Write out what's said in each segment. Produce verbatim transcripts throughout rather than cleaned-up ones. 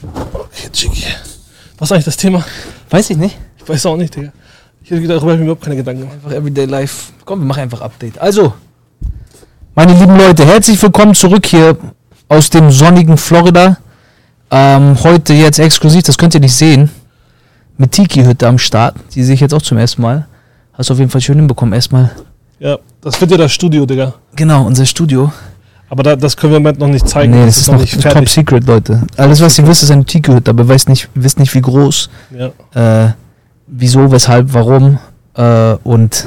Okay, Chiki. Was ist eigentlich das Thema? Weiß ich nicht. Ich weiß auch nicht, Digga. Ich hätte darüber hab ich mir überhaupt keine Gedanken gemacht. Einfach Everyday Life. Komm, wir machen einfach Update. Also, meine lieben Leute, herzlich willkommen zurück hier aus dem sonnigen Florida. Ähm, heute jetzt exklusiv, das könnt ihr nicht sehen, mit Tiki-Hütte am Start. Die sehe ich jetzt auch zum ersten Mal. Hast du auf jeden Fall schön hinbekommen erstmal. Ja, das wird ja das Studio, Digga. Genau, unser Studio. Aber da, das können wir im Moment noch nicht zeigen. Nee, das, das ist noch nicht Top Secret, Leute. Alles, was ihr wisst, ist eine Tiki-Hütte, aber ihr wisst nicht, wisst nicht, wie groß, ja. äh, wieso, weshalb, warum äh, und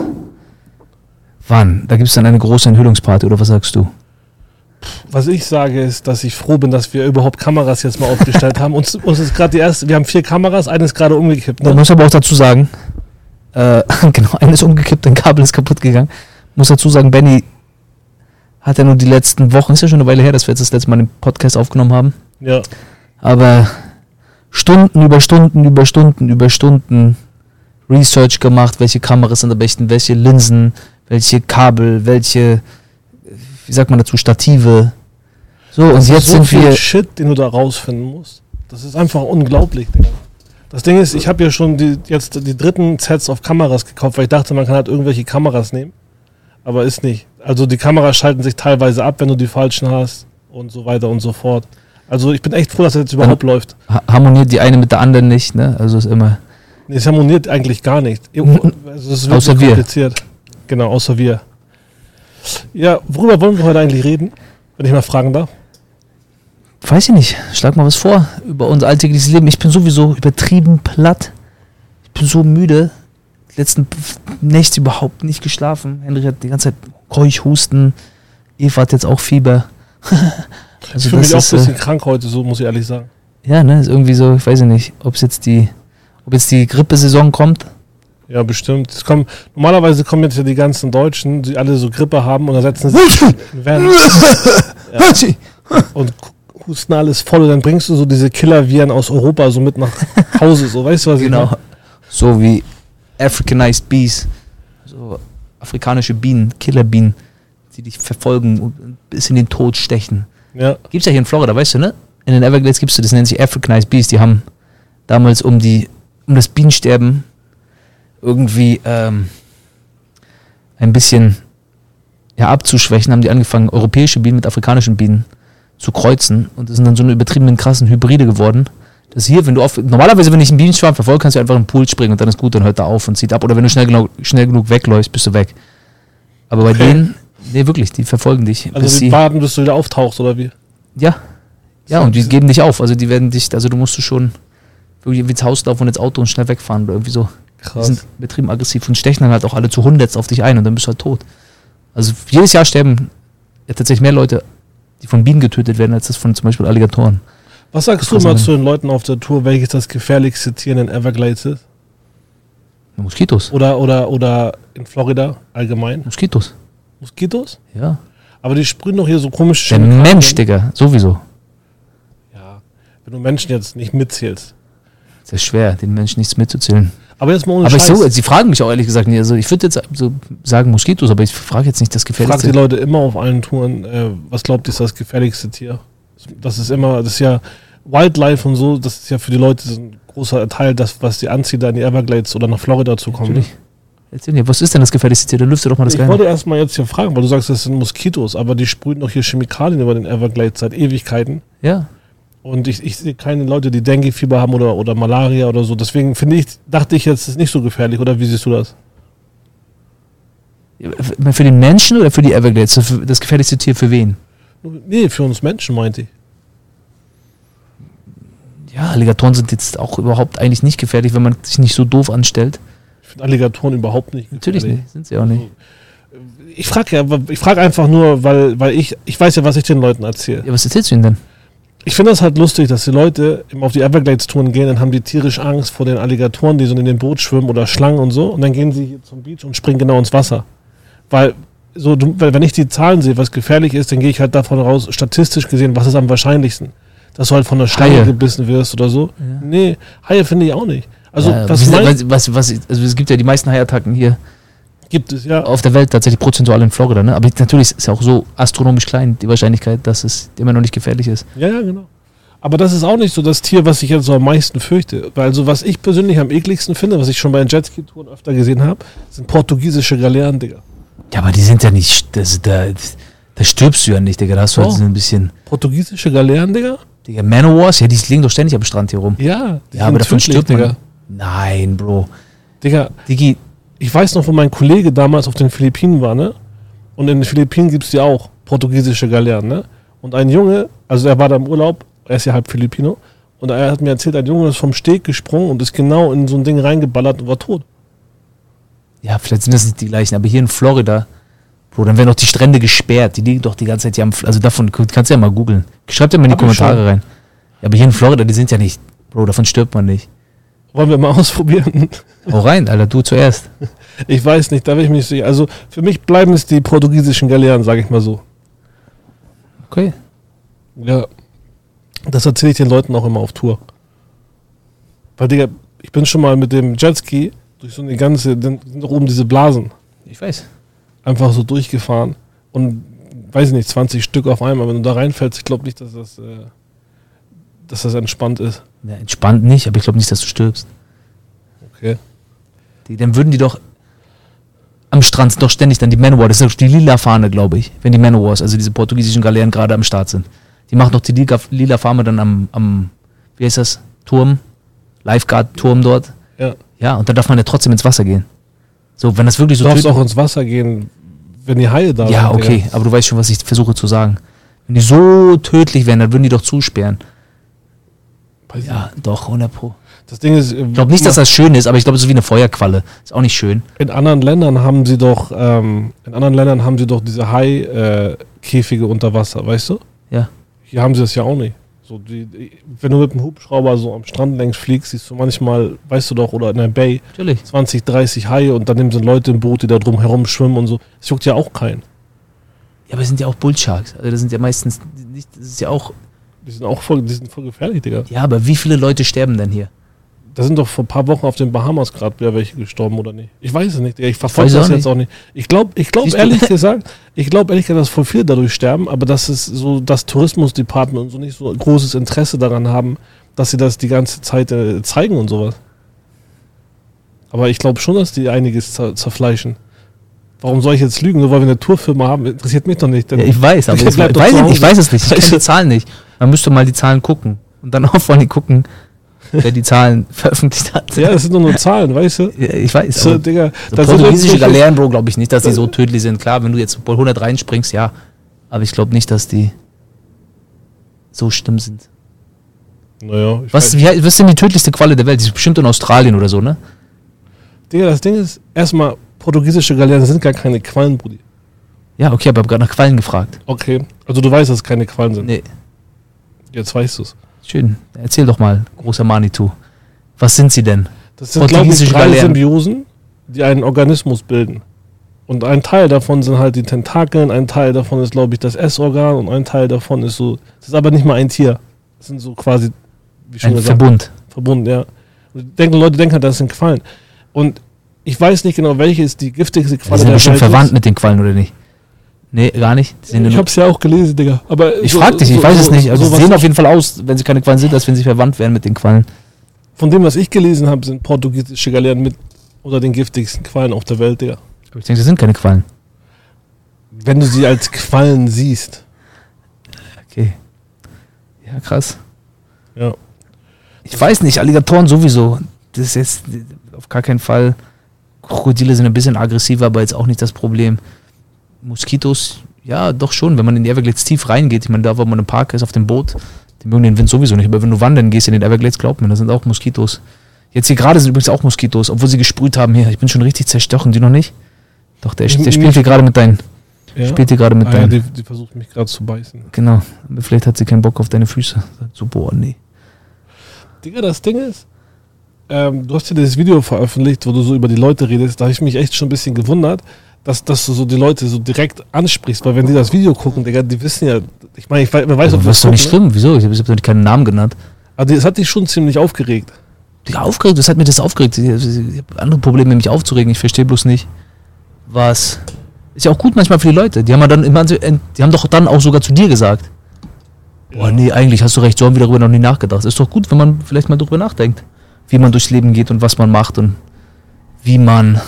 wann. Da gibt es dann eine große Enthüllungsparty, oder was sagst du? Was ich sage, ist, dass ich froh bin, dass wir überhaupt Kameras jetzt mal aufgestellt haben. Uns, uns ist gerade die erste, wir haben vier Kameras, eine ist gerade umgekippt. Ne? Man muss aber auch dazu sagen, äh, genau, eine ist umgekippt, ein Kabel ist kaputt gegangen. Muss dazu sagen, Benny hat ja nur die letzten Wochen, ist ja schon eine Weile her, dass wir jetzt das letzte Mal den Podcast aufgenommen haben. Ja. Aber Stunden über Stunden über Stunden über Stunden Research gemacht, welche Kameras sind am besten, welche Linsen, welche Kabel, welche, wie sagt man dazu, Stative. So, und das jetzt ist so sind viel wir... Shit, den du da rausfinden musst. Das ist einfach unglaublich, Digga. Das Ding ist, ich habe ja schon die, jetzt die dritten Sets auf Kameras gekauft, weil ich dachte, man kann halt irgendwelche Kameras nehmen. Aber ist nicht. Also die Kameras schalten sich teilweise ab, wenn du die falschen hast und so weiter und so fort. Also ich bin echt froh, dass das jetzt überhaupt Dann läuft. Harmoniert die eine mit der anderen nicht, ne? Also ist immer... Nee, es harmoniert eigentlich gar nicht. Also es ist wirklich außer wir. kompliziert. Genau, außer wir. Ja, worüber wollen wir heute eigentlich reden, wenn ich mal fragen darf? Weiß ich nicht. Schlag mal was vor über unser alltägliches Leben. Ich bin sowieso übertrieben platt. Ich bin so müde. Die letzten Nächte überhaupt nicht geschlafen. Henry hat die ganze Zeit keuch, Husten. Eva hat jetzt auch Fieber. Also ich fühle mich auch ein bisschen äh, krank heute, so muss ich ehrlich sagen. Ja, ne, ist irgendwie so, ich weiß nicht, ob es jetzt die, ob jetzt die Grippesaison kommt. Ja, bestimmt. Es kommen, normalerweise kommen jetzt ja die ganzen Deutschen, die alle so Grippe haben und dann setzen sie sich in Van ja, und husten alles voll und dann bringst du so diese Killer-Viren aus Europa so mit nach Hause, so, weißt du, was genau. ich meine? So wie Africanized Bees, so afrikanische Bienen, Killerbienen, die dich verfolgen und bis in den Tod stechen. Ja. Gibt's ja hier in Florida, weißt du, ne? In den Everglades gibt's, das nennt sich Africanized Bees, die haben damals um die, um das Bienensterben irgendwie ähm, ein bisschen ja, abzuschwächen, haben die angefangen, europäische Bienen mit afrikanischen Bienen zu kreuzen und das sind dann so eine übertriebenen, krassen Hybride geworden. Das hier, wenn du auf, normalerweise, wenn ich einen Bienenschwarm verfolge, kannst du einfach in den Pool springen und dann ist gut, dann hört er auf und zieht ab. Oder wenn du schnell genug, schnell genug wegläufst, bist du weg. Aber bei okay. denen, nee, wirklich, die verfolgen dich. Also die warten, bis du wieder auftauchst, oder wie? Ja. Ja, und die geben dich auf. Also die werden dich, also du musst du schon irgendwie ins Haus laufen und ins Auto und schnell wegfahren oder irgendwie so. Krass. Die sind betrieben aggressiv und stechen dann halt auch alle zu Hundertst auf dich ein und dann bist du halt tot. Also jedes Jahr sterben ja tatsächlich mehr Leute, die von Bienen getötet werden, als das von zum Beispiel Alligatoren. Was sagst du mal zu den Leuten auf der Tour, welches das gefährlichste Tier in den Everglades ist? Moskitos. Oder, oder, oder in Florida allgemein? Moskitos. Moskitos? Ja. Aber die sprühen doch hier so komische... Der Mensch, Digga, sowieso. Ja, wenn du Menschen jetzt nicht mitzählst. Es ist schwer, den Menschen nichts mitzuzählen. Aber jetzt mal ohne Aber Scheiß. ich so, sie fragen mich auch ehrlich gesagt nicht. Also ich würde jetzt so sagen Moskitos, aber ich frage jetzt nicht das gefährlichste. Ich frage die Leute immer auf allen Touren, äh, was glaubt ihr ist das gefährlichste Tier? Das ist immer, das ist ja Wildlife und so, das ist ja für die Leute ein großer Teil, das, was die anzieht, da in die Everglades oder nach Florida zu kommen. Natürlich. Erzähl mir, was ist denn das gefährlichste Tier? Dann lüfte doch mal das Ich Geheimnis. wollte erstmal jetzt hier fragen, weil du sagst, das sind Moskitos, aber die sprühen doch hier Chemikalien über den Everglades seit Ewigkeiten. Ja. Und ich, ich sehe keine Leute, die Dengue-Fieber haben oder, oder Malaria oder so. Deswegen finde ich, dachte ich jetzt, das ist nicht so gefährlich. Oder wie siehst du das? Für den Menschen oder für die Everglades? Das gefährlichste Tier für wen? Nee, für uns Menschen, meinte ich. Ja, Alligatoren sind jetzt auch überhaupt eigentlich nicht gefährlich, wenn man sich nicht so doof anstellt. Ich finde Alligatoren überhaupt nicht gefährlich. Natürlich nicht, sind sie auch nicht. Ich frage ja, ich frage einfach nur, weil, weil ich, ich weiß ja, was ich den Leuten erzähle. Ja, was erzählst du ihnen denn? Ich finde das halt lustig, dass die Leute auf die Everglades-Touren gehen, dann haben die tierisch Angst vor den Alligatoren, die so in dem Boot schwimmen oder Schlangen und so. Und dann gehen sie hier zum Beach und springen genau ins Wasser. Weil, so, du, wenn ich die Zahlen sehe, was gefährlich ist, dann gehe ich halt davon raus, statistisch gesehen, was ist am wahrscheinlichsten? Dass du halt von der Schlange Haie. gebissen wirst oder so. Ja. Nee, Haie finde ich auch nicht. Also, ja, was, was, was, was, also es gibt ja die meisten Haiattacken hier. Gibt es, ja. Auf der Welt tatsächlich prozentual in Florida, ne? Aber natürlich ist es ja auch so astronomisch klein, die Wahrscheinlichkeit, dass es immer noch nicht gefährlich ist. Ja, ja, genau. Aber das ist auch nicht so das Tier, was ich jetzt so am meisten fürchte. Weil also was ich persönlich am ekligsten finde, was ich schon bei den Jetski-Touren öfter gesehen habe, sind portugiesische Galeeren, Digga. Ja, aber die sind ja nicht, das, da, da stirbst du ja nicht, Digga. Da hast du Oh. halt so ein bisschen, Portugiesische Galeeren, Digga? Digga, Manowars, ja, die liegen doch ständig am Strand hier rum. Ja, die Ja, sind aber davon tödlich, stirbt man. Digga. Nein, Bro. Digga, Digi, ich weiß noch, wo mein Kollege damals auf den Philippinen war, ne? Und in den Philippinen gibt es ja auch portugiesische Galeeren, ne? Und ein Junge, also er war da im Urlaub, er ist ja halb Filipino, und er hat mir erzählt, ein Junge ist vom Steg gesprungen und ist genau in so ein Ding reingeballert und war tot. ja, vielleicht sind das nicht die gleichen, aber hier in Florida, Bro, dann werden doch die Strände gesperrt. Die liegen doch die ganze Zeit hier am, also davon kannst du ja mal googeln. Schreibt ja mal in die Hab ich Kommentare schon. rein. Ja, aber hier in Florida, die sind ja nicht, Bro, davon stirbt man nicht. Wollen wir mal ausprobieren? Hau rein, Alter, du zuerst. Ich weiß nicht, da bin ich mich nicht sicher. Also für mich bleiben es die portugiesischen Galeeren, sage ich mal so. Okay. Ja. Das erzähle ich den Leuten auch immer auf Tour. Weil, Digga, ich bin schon mal mit dem Jetski durch so eine ganze, dann sind doch oben diese Blasen, Ich weiß. einfach so durchgefahren. Und, weiß ich nicht, zwanzig Stück auf einmal. Wenn du da reinfällst, ich glaube nicht, dass das, äh, dass das entspannt ist. Ja, entspannt nicht, aber ich glaube nicht, dass du stirbst. Okay. Die, dann würden die doch am Strand sind doch ständig dann die Manowar, das ist doch die lila Fahne, glaube ich, wenn die Manowars, also diese portugiesischen Galeeren gerade am Start sind. Die machen doch die lila, lila Fahne dann am, am, wie heißt das, Turm, Lifeguard-Turm dort. Ja. Ja, und dann darf man ja trotzdem ins Wasser gehen. So, wenn das wirklich so Du darfst tödlich- auch ins Wasser gehen, wenn die Haie da Ja, sind. okay, Digga. aber du weißt schon, was ich versuche zu sagen. Wenn die so tödlich wären, dann würden die doch zusperren. Weiß ich Ja, doch, hundert Pro. Das Ding ist, Ich glaube nicht, dass das schön ist, aber ich glaube, es ist wie eine Feuerqualle. Ist auch nicht schön. in anderen Ländern haben sie doch, ähm, in anderen Ländern haben sie doch diese Hai-Käfige unter Wasser, weißt du? Ja. Hier haben sie das ja auch nicht. So die, die, wenn du mit dem Hubschrauber so am Strand längs fliegst, siehst du manchmal, weißt du doch, oder in der Bay, Natürlich. zwanzig, dreißig Haie und dann sind Leute im Boot, die da drum herum schwimmen und so. Das juckt ja auch keinen. Ja, aber es sind ja auch Bullsharks. Also das sind ja meistens nicht, das ist ja auch. Die sind auch voll, die sind voll gefährlich, Digga. Ja, aber wie viele Leute sterben denn hier? Da sind doch vor ein paar Wochen auf den Bahamas gerade wieder welche gestorben, oder nicht? Ich weiß es nicht, Digga. Ich verfolge Weiß das auch jetzt nicht. auch nicht. Ich glaube, ich glaube Siehst du? ehrlich gesagt, ich glaube ehrlich gesagt, dass voll viele dadurch sterben, aber dass es so das Tourismusdepartement und so nicht so großes Interesse daran haben, dass sie das die ganze Zeit äh, zeigen und sowas. Aber ich glaube schon, dass die einiges zer zerfleischen. Warum soll ich jetzt lügen? Nur weil wir eine Tourfirma haben, interessiert mich doch nicht. Denn Ja, ich weiß, aber Ich ich, bleib doch weiß, zu ich, ich Hause. weiß es nicht. Ich Weißt kenne du? die Zahlen nicht. Man müsste mal die Zahlen gucken und dann auch vor allem gucken, wer die Zahlen veröffentlicht hat. ja, das sind doch nur Zahlen, weißt du? Ja, ich weiß. So, aber Digga, so das sind portugiesische irgendwelche- Galeeren, Bro, glaube ich nicht, dass die so tödlich sind. Klar, wenn du jetzt bei hundert reinspringst, ja. Aber ich glaube nicht, dass die so schlimm sind. Naja, ich Was, weiß. wie, was ist denn die tödlichste Qualle der Welt? Die ist bestimmt in Australien oder so, ne? Digga, das Ding ist, erstmal, portugiesische Galeeren sind gar keine Quallen, Brudi. Ja, okay, aber ich habe gerade nach Quallen gefragt. Okay, also du weißt, dass es keine Quallen sind. Nee, Jetzt weißt du es. schön. Erzähl doch mal, großer Manitou. Was sind sie denn? Das sind, glaube ich, Portugiesische drei Galeeren. Symbiosen, die einen Organismus bilden. Und ein Teil davon sind halt die Tentakeln, ein Teil davon ist, glaube ich, das Essorgan und ein Teil davon ist so, das ist aber nicht mal ein Tier. Das sind so quasi, wie schon Ein gesagt, Verbund. verbunden, ja. Und denken, Leute denken halt, das sind Quallen. Und ich weiß nicht genau, welche ist die giftigste Die Qualle sind der bestimmt Welt verwandt ist. mit den Quallen, oder nicht? Nee, gar nicht. Die sind Ich nur, hab's ja auch gelesen, Digga. Aber ich so- frag dich, ich so- weiß es so- nicht. Also so sie was- sehen auf jeden Fall aus, wenn sie keine Quallen sind, als wenn sie verwandt wären mit den Quallen. Von dem, was ich gelesen habe, sind portugiesische Galeeren mit unter den giftigsten Quallen auf der Welt, Digga. Aber ich denke, das sind keine Quallen. Wenn du sie als Quallen siehst. Okay. Ja, krass. Ja. Ich weiß nicht, Alligatoren sowieso. Das ist jetzt auf gar keinen Fall. Krokodile sind ein bisschen aggressiver, aber jetzt auch nicht das Problem. Moskitos, ja, doch schon, wenn man in die Everglades tief reingeht. Ich meine, da, wo man im Park ist, auf dem Boot, die mögen den Wind sowieso nicht. Aber wenn du wandern gehst in den Everglades, glaub mir, da sind auch Moskitos. Jetzt hier gerade sind übrigens auch Moskitos, obwohl sie gesprüht haben hier. Ich bin schon richtig zerstochen, die noch nicht? Doch, der, der spielt hier gerade mit deinen. Ja? Spielt hier gerade mit Ah, ja, deinen. die, die versucht mich gerade zu beißen. Genau. Aber vielleicht hat sie keinen Bock auf deine Füße. Sagt so, boah, nee. Digga, das Ding ist, ähm, du hast ja dieses Video veröffentlicht, wo du so über die Leute redest. Da habe ich mich echt schon ein bisschen gewundert, dass, dass du so die Leute so direkt ansprichst. Weil wenn die das Video gucken, Digga, die wissen ja, ich meine, ich weiß, wer weiß, Also, ob das ist doch nicht gucken, ne? schlimm. Wieso? Ich habe hab doch keinen Namen genannt. Aber es hat dich schon ziemlich aufgeregt. Ja, aufgeregt, was hat mir das aufgeregt? Ich, ich habe andere Probleme, mich aufzuregen. Ich verstehe bloß nicht, was. Ist ja auch gut manchmal für die Leute. Die haben ja dann immer, die haben doch dann auch sogar zu dir gesagt. boah, nee, eigentlich hast du recht, so haben wir darüber noch nie nachgedacht. Ist doch gut, wenn man vielleicht mal darüber nachdenkt, wie man durchs Leben geht und was man macht und wie man,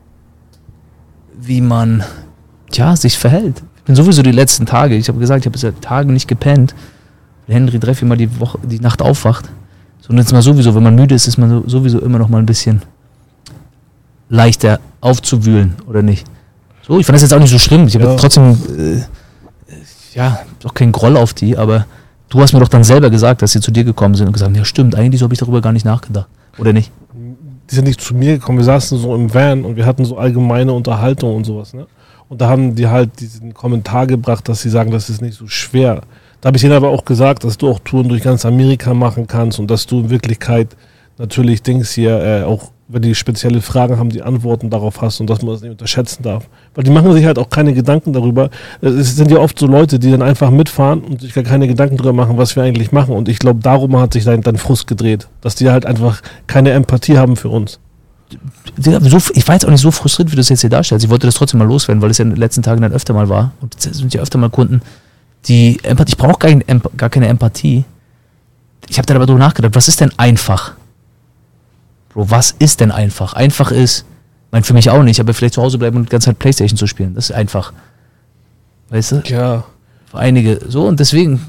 wie man, tja, sich verhält. Ich bin sowieso die letzten Tage, ich habe gesagt, ich habe seit Tagen nicht gepennt, weil Henry drei, vier Mal die Woche, die Nacht aufwacht. So, und jetzt mal sowieso, wenn man müde ist, ist man sowieso immer noch mal ein bisschen leichter aufzuwühlen, oder nicht? So, ich fand das jetzt auch nicht so schlimm. Ich habe Ja. trotzdem, äh, ja, doch keinen Groll auf die, aber du hast mir doch dann selber gesagt, dass sie zu dir gekommen sind und gesagt, ja stimmt, eigentlich so habe ich darüber gar nicht nachgedacht. Oder nicht? Die sind nicht zu mir gekommen, wir saßen so im Van und wir hatten so allgemeine Unterhaltung und sowas, ne? Und da haben die halt diesen Kommentar gebracht, dass sie sagen, das ist nicht so schwer. Da habe ich ihnen aber auch gesagt, dass du auch Touren durch ganz Amerika machen kannst und dass du in Wirklichkeit natürlich Dings hier äh, auch, wenn die spezielle Fragen haben, die Antworten darauf hast und dass man das nicht unterschätzen darf. Weil die machen sich halt auch keine Gedanken darüber. Es sind ja oft so Leute, die dann einfach mitfahren und sich gar keine Gedanken darüber machen, was wir eigentlich machen. Und ich glaube, darum hat sich dein, dein Frust gedreht, dass die halt einfach keine Empathie haben für uns. So, ich war jetzt auch nicht so frustriert, wie du es jetzt hier darstellst. Ich wollte das trotzdem mal loswerden, weil es ja in den letzten Tagen dann öfter mal war. Und es sind ja öfter mal Kunden, die Empathie, ich brauche gar, Emp- gar keine Empathie. Ich habe dann aber darüber nachgedacht, was ist denn einfach? Bro, was ist denn einfach? Einfach ist, mein für mich auch nicht, aber vielleicht zu Hause bleiben und die ganze Zeit Playstation zu spielen. Das ist einfach. Weißt du? Ja. Für einige so, und deswegen,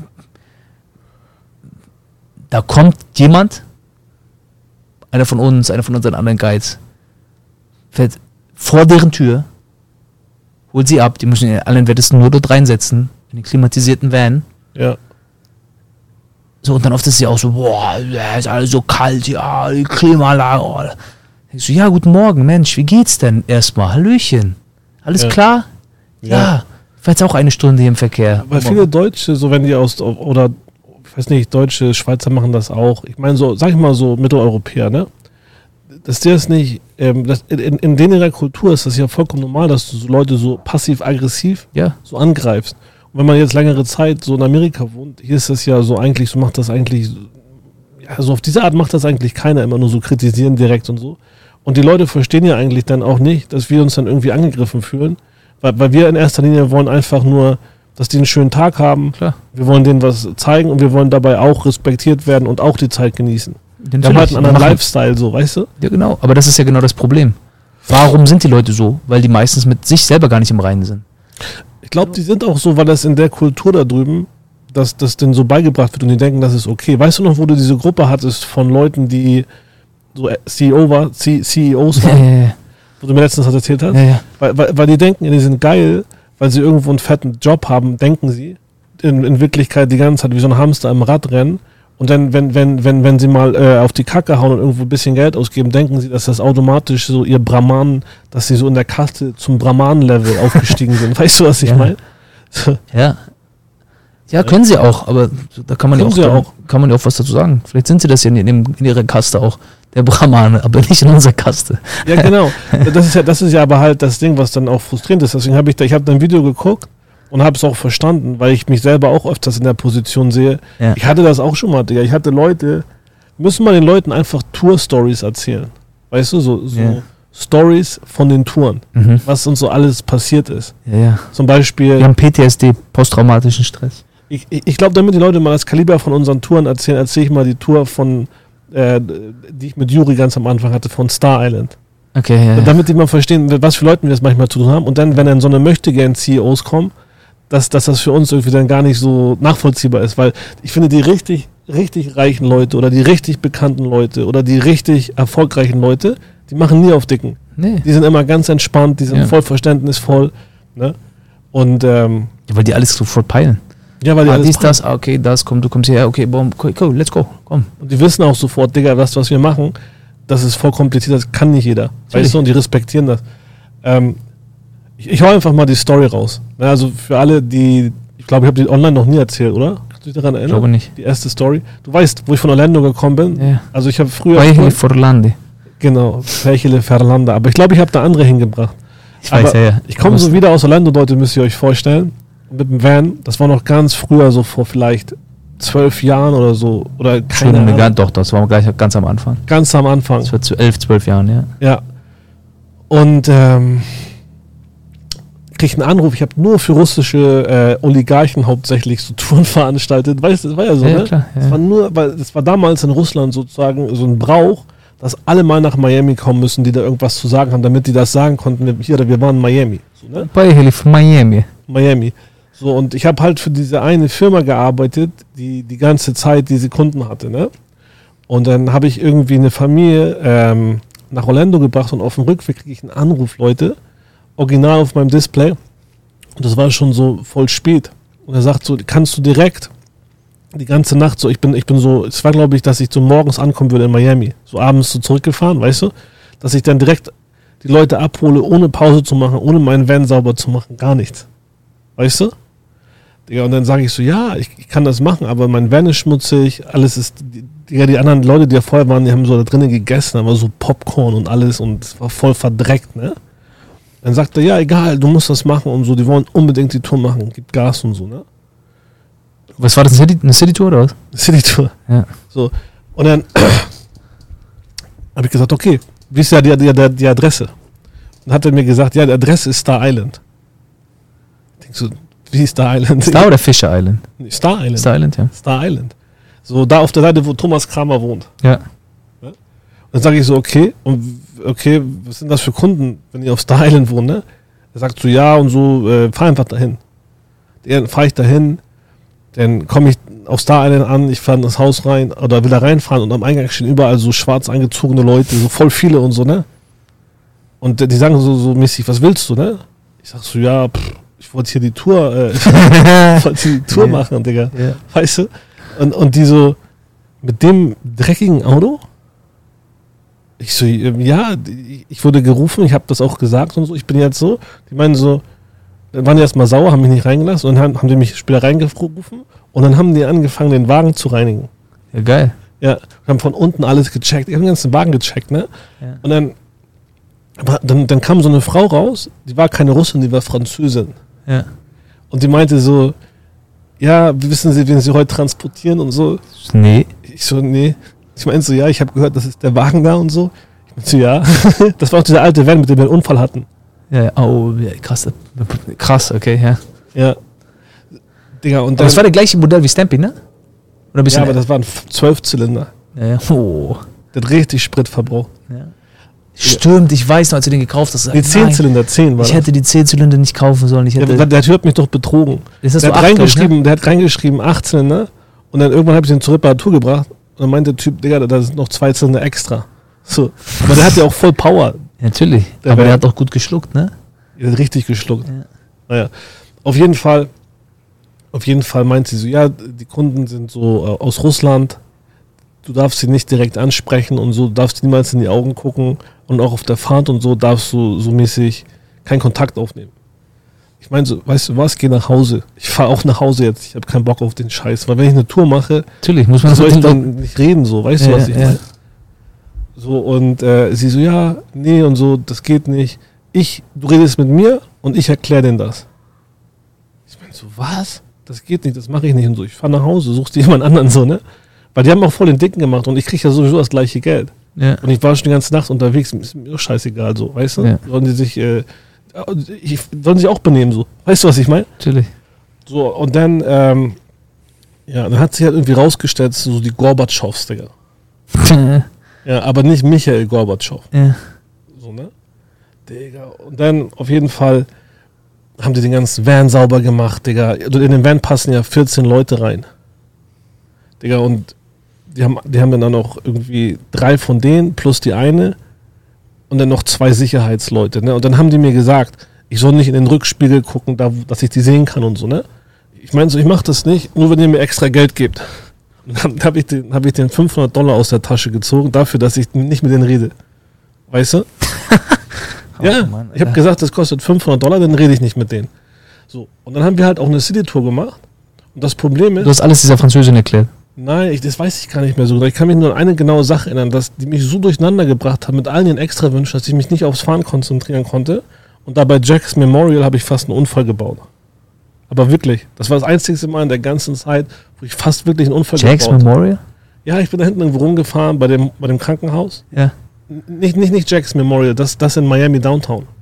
da kommt jemand, einer von uns, einer von unseren anderen Guides, fährt vor deren Tür, holt sie ab, die müssen in allen Wettesten nur dort reinsetzen, in den klimatisierten Van. Ja. So, und dann oft ist sie auch so, boah, ist alles so kalt, ja, die Klimaanlage. Oh. Ich so, ja, guten Morgen, Mensch, wie geht's denn erstmal? Hallöchen. Alles Ja. klar? Ja. Ja. Ich war jetzt auch eine Stunde hier im Verkehr. Weil viele Deutsche, so wenn die aus, oder ich weiß nicht, Deutsche, Schweizer machen das auch. Ich meine, so, sag ich mal so, Mitteleuropäer, ne? Dass der ist nicht, ähm, das, in, in denen ihrer Kultur ist das ja vollkommen normal, dass du so Leute so passiv-aggressiv Ja. so angreifst. Und wenn man jetzt längere Zeit so in Amerika wohnt, hier ist das ja so eigentlich, so macht das eigentlich, ja, so auf diese Art macht das eigentlich keiner, immer nur so kritisieren direkt und so. Und die Leute verstehen ja eigentlich dann auch nicht, dass wir uns dann irgendwie angegriffen fühlen, weil, weil wir in erster Linie wollen einfach nur, dass die einen schönen Tag haben. Klar. Wir wollen denen was zeigen und wir wollen dabei auch respektiert werden und auch die Zeit genießen. Wir haben Natürlich. halt einen anderen Machen- Lifestyle, so, weißt du? Ja, genau. Aber das ist ja genau das Problem. Warum sind die Leute so? Weil die meistens mit sich selber gar nicht im Reinen sind. Ich glaube, die sind auch so, weil das in der Kultur da drüben, dass das denen so beigebracht wird und die denken, das ist okay. Weißt du noch, wo du diese Gruppe hattest von Leuten, die so C E O war, C- C E Os Ja, waren, ja, ja. wo du mir letztens was erzählt hast? ja, ja. Weil, weil, weil die denken, die sind geil, weil sie irgendwo einen fetten Job haben, denken sie. In, in Wirklichkeit die ganze Zeit wie so ein Hamster im Rad rennen. Und dann, wenn, wenn, wenn, wenn sie mal äh, auf die Kacke hauen und irgendwo ein bisschen Geld ausgeben, denken sie, dass das automatisch so ihr Brahman, dass sie so in der Kaste zum Brahman-Level aufgestiegen sind. Weißt du, was ich Ja. meine? Ja. Ja, können sie auch, aber da kann man ja Können auch, sie dann, auch. kann man ja auch was dazu sagen. Vielleicht sind sie das ja in, in, in ihrer Kaste auch, der Brahmane, aber nicht in unserer Kaste. Ja, genau. Das ist ja, das ist ja aber halt das Ding, was dann auch frustrierend ist. Deswegen habe ich da, ich habe da ein Video geguckt und habe es auch verstanden, weil ich mich selber auch öfters in der Position sehe. Ja. Ich hatte das auch schon mal, Digga. Ich hatte Leute, müssen mal den Leuten einfach Tour-Stories erzählen. Weißt du, so, so Ja. Stories von den Touren, Mhm. was uns so alles passiert ist. Ja, ja. Zum Beispiel, Wir haben P T S D, posttraumatischen Stress. ich, ich, ich glaube, damit die Leute mal das Kaliber von unseren Touren erzählen, erzähle ich mal die Tour von, äh, die ich mit Juri ganz am Anfang hatte, von Star Island. Okay, ja, ja. Damit die mal verstehen, was für Leuten wir das manchmal zu tun haben. Und dann, wenn dann so eine Möchtegern-C E Os kommen, dass, dass das für uns irgendwie dann gar nicht so nachvollziehbar ist. Weil ich finde, die richtig, richtig reichen Leute oder die richtig bekannten Leute oder die richtig erfolgreichen Leute, die machen nie auf Dicken. Nee. Die sind immer ganz entspannt, die sind Ja. voll verständnisvoll. Ne? Und ähm, Ja, weil die alles sofort peilen. ja, weil die Ah, alles dies, das, ah, okay, das, komm, du kommst hierher, okay, boom, cool, cool, let's go, komm. Und die wissen auch sofort, Digga, das, was wir machen, das ist voll kompliziert, das kann nicht jeder. Natürlich. Weißt du, und die respektieren das. Ähm, ich, ich hau einfach mal die Story raus. Ne, also für alle, die, ich glaube, ich habe die online noch nie erzählt, oder? Kannst du dich daran Ich erinnern? glaube nicht. Die erste Story. Du weißt, wo ich von Orlando gekommen bin. Ja. Also ich habe früher... Weil ich vor Lande. Genau, Fächele Verlanda. Aber ich glaube, ich habe da andere hingebracht. Ich weiß, Aber ja, ja. Ich komme so wieder aus Orlando, Leute, müsst ihr euch vorstellen. Mit dem Van. Das war noch ganz früher, so vor vielleicht zwölf Jahren oder so. Oder keine Schon, Ahnung. gar, doch, das war gleich ganz am Anfang. Ganz am Anfang. Das war zu elf, zwölf Jahren, ja. Ja. Und ähm, kriege einen Anruf, ich habe nur für russische äh, Oligarchen hauptsächlich so Touren veranstaltet. Weißt du, das war ja so, Ja, ne? klar, ja. Das war nur, weil das war damals in Russland sozusagen so ein Brauch, dass alle mal nach Miami kommen müssen, die da irgendwas zu sagen haben, damit die das sagen konnten, wir- hier, wir waren in Miami. So, ne? Поехали в Miami. Miami. So, und ich habe halt für diese eine Firma gearbeitet, die die ganze Zeit diese Kunden hatte, ne? Und dann habe ich irgendwie eine Familie ähm, nach Orlando gebracht und auf dem Rückweg kriege ich einen Anruf, Leute, original auf meinem Display. Und das war schon so voll spät. Und er sagt so, kannst du direkt die ganze Nacht so, ich bin, ich bin so, es war glaube ich, dass ich so morgens ankommen würde in Miami, so abends so zurückgefahren, weißt du, dass ich dann direkt die Leute abhole, ohne Pause zu machen, ohne meinen Van sauber zu machen, gar nichts. Weißt du? Digga, und dann sage ich so, ja, ich, ich kann das machen, aber mein Van ist schmutzig, alles ist, die, Digga, die anderen Leute, die da vorher waren, die haben so da drinnen gegessen, aber so Popcorn und alles und es war voll verdreckt, ne? Dann sagt er, ja, egal, du musst das machen und so, die wollen unbedingt die Tour machen, gibt Gas und so, ne? Was war das, eine City- eine City-Tour oder was? City-Tour. Ja. So, und dann habe ich gesagt, okay, wie ist ja die, die, die Adresse? Und hat er mir gesagt, ja, die Adresse ist Star Island. Ich denk so, wie ist Star Island? Star oder Fisher Island? Nee, Star Island. Star Island, ja. Star Island. So, da auf der Seite, wo Thomas Kramer wohnt. Ja. Und dann sage ich so, okay, und okay, was sind das für Kunden, wenn ihr auf Star Island wohnt, ne? Er sagt so, ja und so, äh, fahr einfach dahin. Dann fahre ich dahin, dann komme ich auf Star Island an, ich fahre in das Haus rein oder will da reinfahren und am Eingang stehen überall so schwarz angezogene Leute, so voll viele und so, ne? Und äh, die sagen so, so mäßig, was willst du, ne? Ich sag so, ja, pff, ich wollte hier die Tour, äh, ich wollte die Tour Ja. machen, Digga. Ja. Weißt du? Und, und die so, mit dem dreckigen Auto? Ich so, ähm, ja, die- ich wurde gerufen, ich habe das auch gesagt und so, ich bin jetzt so. Die meinen so, dann waren die erstmal sauer, haben mich nicht reingelassen und dann haben die mich später reingerufen und dann haben die angefangen, den Wagen zu reinigen. Ja, geil. Ja, haben von unten alles gecheckt, ich habe den ganzen Wagen gecheckt, ne? Ja. Und dann, aber dann, dann kam so eine Frau raus, die war keine Russin, die war Französin. Ja. Und die meinte so, ja, wissen Sie, wen Sie heute transportieren und so. Nee. Ich so, nee. Ich meinte so, ja, ich habe gehört, das ist der Wagen da und so. Ich meinte so, ja. Das war auch dieser alte Van, mit dem wir einen Unfall hatten. Ja, ja. Oh, ja, krass. Krass, okay, ja. Ja. Digga, und Aber dann, das war das gleiche Modell wie Stampy, ne? Oder ein bisschen. ja, aber das waren zwölf Zylinder. ja, ja. Oh. Der hat richtig Spritverbrauch. Ja. Stimmt, ich weiß noch, als du den gekauft hast. Nee, zehn nein, Zylinder, zehn war Ich das. hätte die zehn Zylinder nicht kaufen sollen. Ich Der, hätte, der, der Typ hat mich doch betrogen. das hast Der du hat, acht, glaub ich, reingeschrieben, ne? der hat reingeschrieben acht Zylinder und dann irgendwann habe ich den zur Reparatur gebracht und dann meinte der Typ, Digga, da sind noch zwei Zylinder extra. So. Aber der hat ja auch voll Power. Natürlich. Der aber war- der hat doch gut geschluckt, ne? Der hat richtig geschluckt. Ja. Naja, auf jeden Fall, auf jeden Fall meint sie so, ja, die Kunden sind so äh, aus Russland, du darfst sie nicht direkt ansprechen und so, du darfst niemals in die Augen gucken und auch auf der Fahrt und so darfst du so mäßig keinen Kontakt aufnehmen. Ich meine so, weißt du was, geh nach Hause. Ich fahre auch nach Hause jetzt, ich habe keinen Bock auf den Scheiß, weil wenn ich eine Tour mache, Natürlich, muss man soll ich so dann nicht reden, so, weißt du, Ja, was ich ja. meine? So, und äh, sie so, ja, nee und so, das geht nicht. Ich, du redest mit mir und ich erkläre denen das. Ich meine so, was? Das geht nicht, das mache ich nicht und so. Ich fahre nach Hause, suchst dir jemand anderen so, ne? Weil die haben auch voll den Dicken gemacht und ich kriege ja sowieso das gleiche Geld. Ja. Und ich war schon die ganze Nacht unterwegs, ist mir auch scheißegal, so, weißt du? Ja. Sollen die sich, äh, ich, sollen sich auch benehmen, so. Weißt du, was ich meine? Natürlich. So, und dann, ähm, ja, dann hat sich halt irgendwie rausgestellt, so die Gorbatschows, Digga. Ja, aber nicht Michael Gorbatschow. ja. So, ne? Digga. Und dann auf jeden Fall haben die den ganzen Van sauber gemacht, Digga. In den Van passen ja vierzehn Leute rein. Digga, und die haben, die haben dann auch irgendwie drei von denen plus die eine und dann noch zwei Sicherheitsleute, ne? Und dann haben die mir gesagt, ich soll nicht in den Rückspiegel gucken, da, dass ich die sehen kann und so, ne? Ich meine so, ich mach das nicht, nur wenn ihr mir extra Geld gebt. Und dann habe ich, den- hab ich den fünfhundert Dollar aus der Tasche gezogen, dafür, dass ich nicht mit denen rede. Weißt du? Ja, Mann, ich habe Alter. gesagt, das kostet fünfhundert Dollar, dann rede ich nicht mit denen. So, und dann haben wir halt auch eine City-Tour gemacht. Und das Problem ist, Du hast alles dieser Französin erklärt. nein, ich, das weiß ich gar nicht mehr so genau. Ich kann mich nur an eine genaue Sache erinnern, dass die mich so durcheinander gebracht haben mit allen ihren Extrawünschen, dass ich mich nicht aufs Fahren konzentrieren konnte. Und da bei Jack's Memorial habe ich fast einen Unfall gebaut. Aber wirklich, das war das einzige Mal in der ganzen Zeit, wo ich fast wirklich einen Unfall Jack's gebaut habe. Memorial? Ja, ich bin da hinten irgendwo rumgefahren bei dem, bei dem Krankenhaus. Ja. N- Nicht, nicht, nicht Jack's Memorial, das, das in Miami Downtown.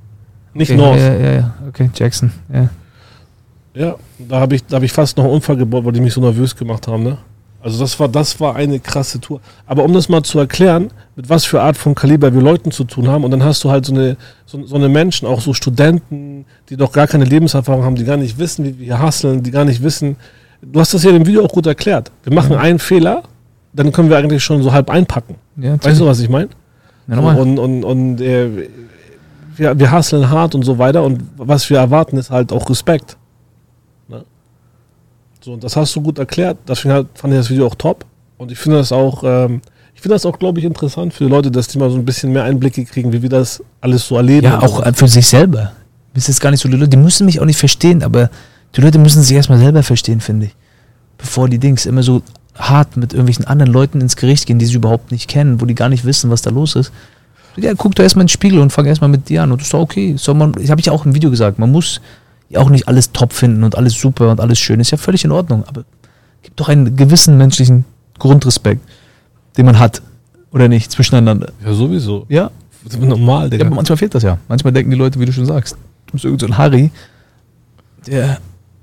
Nicht okay, North. Ja, ja, ja, okay, Jackson, ja. Ja, da habe ich, da hab ich fast noch einen Unfall gebaut, weil die mich so nervös gemacht haben, ne? Also das war, das war eine krasse Tour. Aber um das mal zu erklären, mit was für Art von Kaliber wir Leuten zu tun haben, und dann hast du halt so eine, so, so eine Menschen, auch so Studenten, die doch gar keine Lebenserfahrung haben, die gar nicht wissen, wie wir hier hustlen, die gar nicht wissen. Du hast das ja im Video auch gut erklärt. Wir machen mhm. einen Fehler, dann können wir eigentlich schon so halb einpacken. Ja, weißt du, was ich meine? Ja, und und, und äh, wir, wir hustlen hart und so weiter, und was wir erwarten, ist halt auch Respekt. Ne? So, und das hast du gut erklärt. Deswegen halt, fand ich das Video auch top. Und ich finde das auch, ähm, ich finde das auch, glaube ich, interessant für die Leute, dass die mal so ein bisschen mehr Einblicke kriegen, wie wir das alles so erleben. Ja, auch so. Für sich selber. Das ist jetzt gar nicht so, die Leute, die müssen mich auch nicht verstehen, aber die Leute müssen sich erstmal selber verstehen, finde ich. Bevor die Dings immer so hart mit irgendwelchen anderen Leuten ins Gericht gehen, die sie überhaupt nicht kennen, wo die gar nicht wissen, was da los ist. Ja, guck doch erstmal in den Spiegel und fang erstmal mit dir an. Und das ist doch okay. So, man, ich habe ich ja auch im Video gesagt, man muss auch nicht alles top finden und alles super und alles schön. Ist ja völlig in Ordnung. Aber gibt doch einen gewissen menschlichen Grundrespekt, den man hat. Oder nicht, zwischeneinander. Ja, sowieso. Ja. Das ist normal, Digga. Ja, aber manchmal fehlt das ja. Manchmal denken die Leute, wie du schon sagst, du bist irgend so ein Harry, der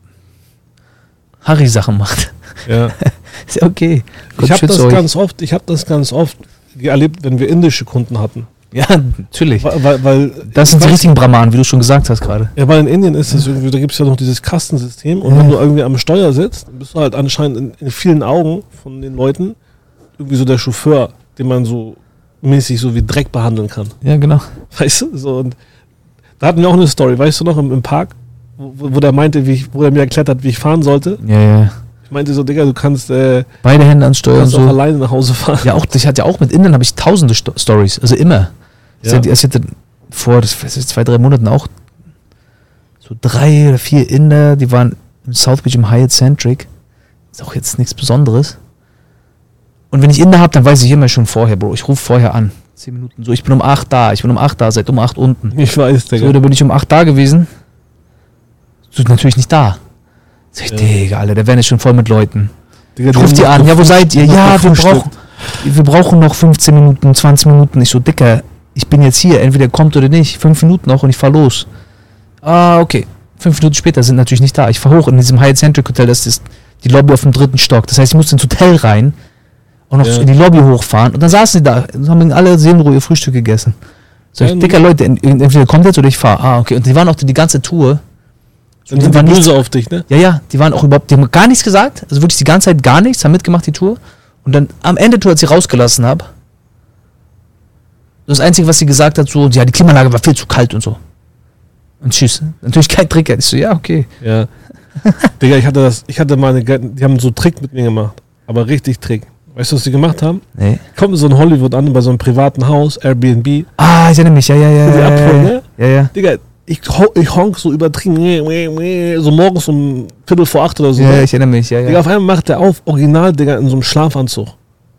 Harry-Sachen macht. Ja. Ist ja okay. Gott, ich habe das euch. ganz oft, ich habe das ganz oft erlebt, wenn wir indische Kunden hatten. Ja, natürlich. Weil, weil, weil das sind die richtigen Brahmanen, wie du schon gesagt hast gerade. Ja, weil in Indien ist es irgendwie, da gibt es ja noch dieses Kastensystem, und ja. wenn du irgendwie am Steuer sitzt, bist du halt anscheinend in, in vielen Augen von den Leuten irgendwie so der Chauffeur, den man so mäßig so wie Dreck behandeln kann. Ja, genau. Weißt du? So, und da hatten wir auch eine Story, weißt du noch, im, im Park, wo, wo der meinte, wie ich, wo er mir erklärt hat, wie ich fahren sollte. Ja, ja. Ich meinte so, Digga, du kannst äh, beide Hände ans Steuer und so. Auch alleine nach Hause fahren. Ja, auch, ich hatte ja auch mit Indern habe ich tausende Sto- Stories, also immer. Ja. Ich hatte vor das, zwei, drei Monaten auch so drei oder vier Inder, die waren im South Beach im Hyatt Centric. Ist auch jetzt nichts Besonderes. Und wenn ich Inder habe, dann weiß ich immer schon vorher, Bro. Ich rufe vorher an. Zehn Minuten so, ich bin um acht da, ich bin um acht da, seit um acht unten. Ich weiß, Digga. So, da bin ich um acht da gewesen. So, natürlich nicht da. Sag ich, ja. Digga, Alter, der Van ist schon voll mit Leuten. Digga, ich ruf die an, ja, wo seid ihr? Ja, wir brauchen, wir brauchen noch fünfzehn Minuten, zwanzig Minuten. Ich so, Dicker, ich bin jetzt hier, entweder kommt oder nicht. Fünf Minuten noch und ich fahr los. Ah, okay. Fünf Minuten später sind natürlich nicht da. Ich fahr hoch in diesem Hyatt Centric Hotel, das ist die Lobby auf dem dritten Stock. Das heißt, ich musste ins Hotel rein und noch ja. in die Lobby hochfahren. Und dann saßen die da und haben alle Seelenruhe ihr Frühstück gegessen. So, ich, Dicker, Leute, entweder kommt jetzt oder ich fahr. Ah, okay. Und die waren auch die ganze Tour. Und die waren böse auf dich, ne? Ja, ja, die waren auch überhaupt, die haben gar nichts gesagt, also wirklich die ganze Zeit gar nichts, haben mitgemacht die Tour. Und dann am Ende der Tour, als ich rausgelassen habe, das Einzige, was sie gesagt hat, so, ja, die Klimaanlage war viel zu kalt und so. Und tschüss. Natürlich kein Trick. Ich so, ja, okay. Ja. Digga, ich hatte das, ich hatte mal eine, die haben so einen Trick mit mir gemacht, aber richtig Trick. Weißt du, was die gemacht haben? Nee. Kommt so in Hollywood an, bei so einem privaten Haus, Airbnb. Ah, ich erinnere mich, ja, ja, ja. Die ja, abholen, ne? Ja, ja. Digga, Ich, ich honk so übertrieben, so morgens um Viertel vor acht oder so. Ja, ich erinnere mich, ja, ja. Digga, auf einmal macht der auf, original, Digga, in so einem Schlafanzug.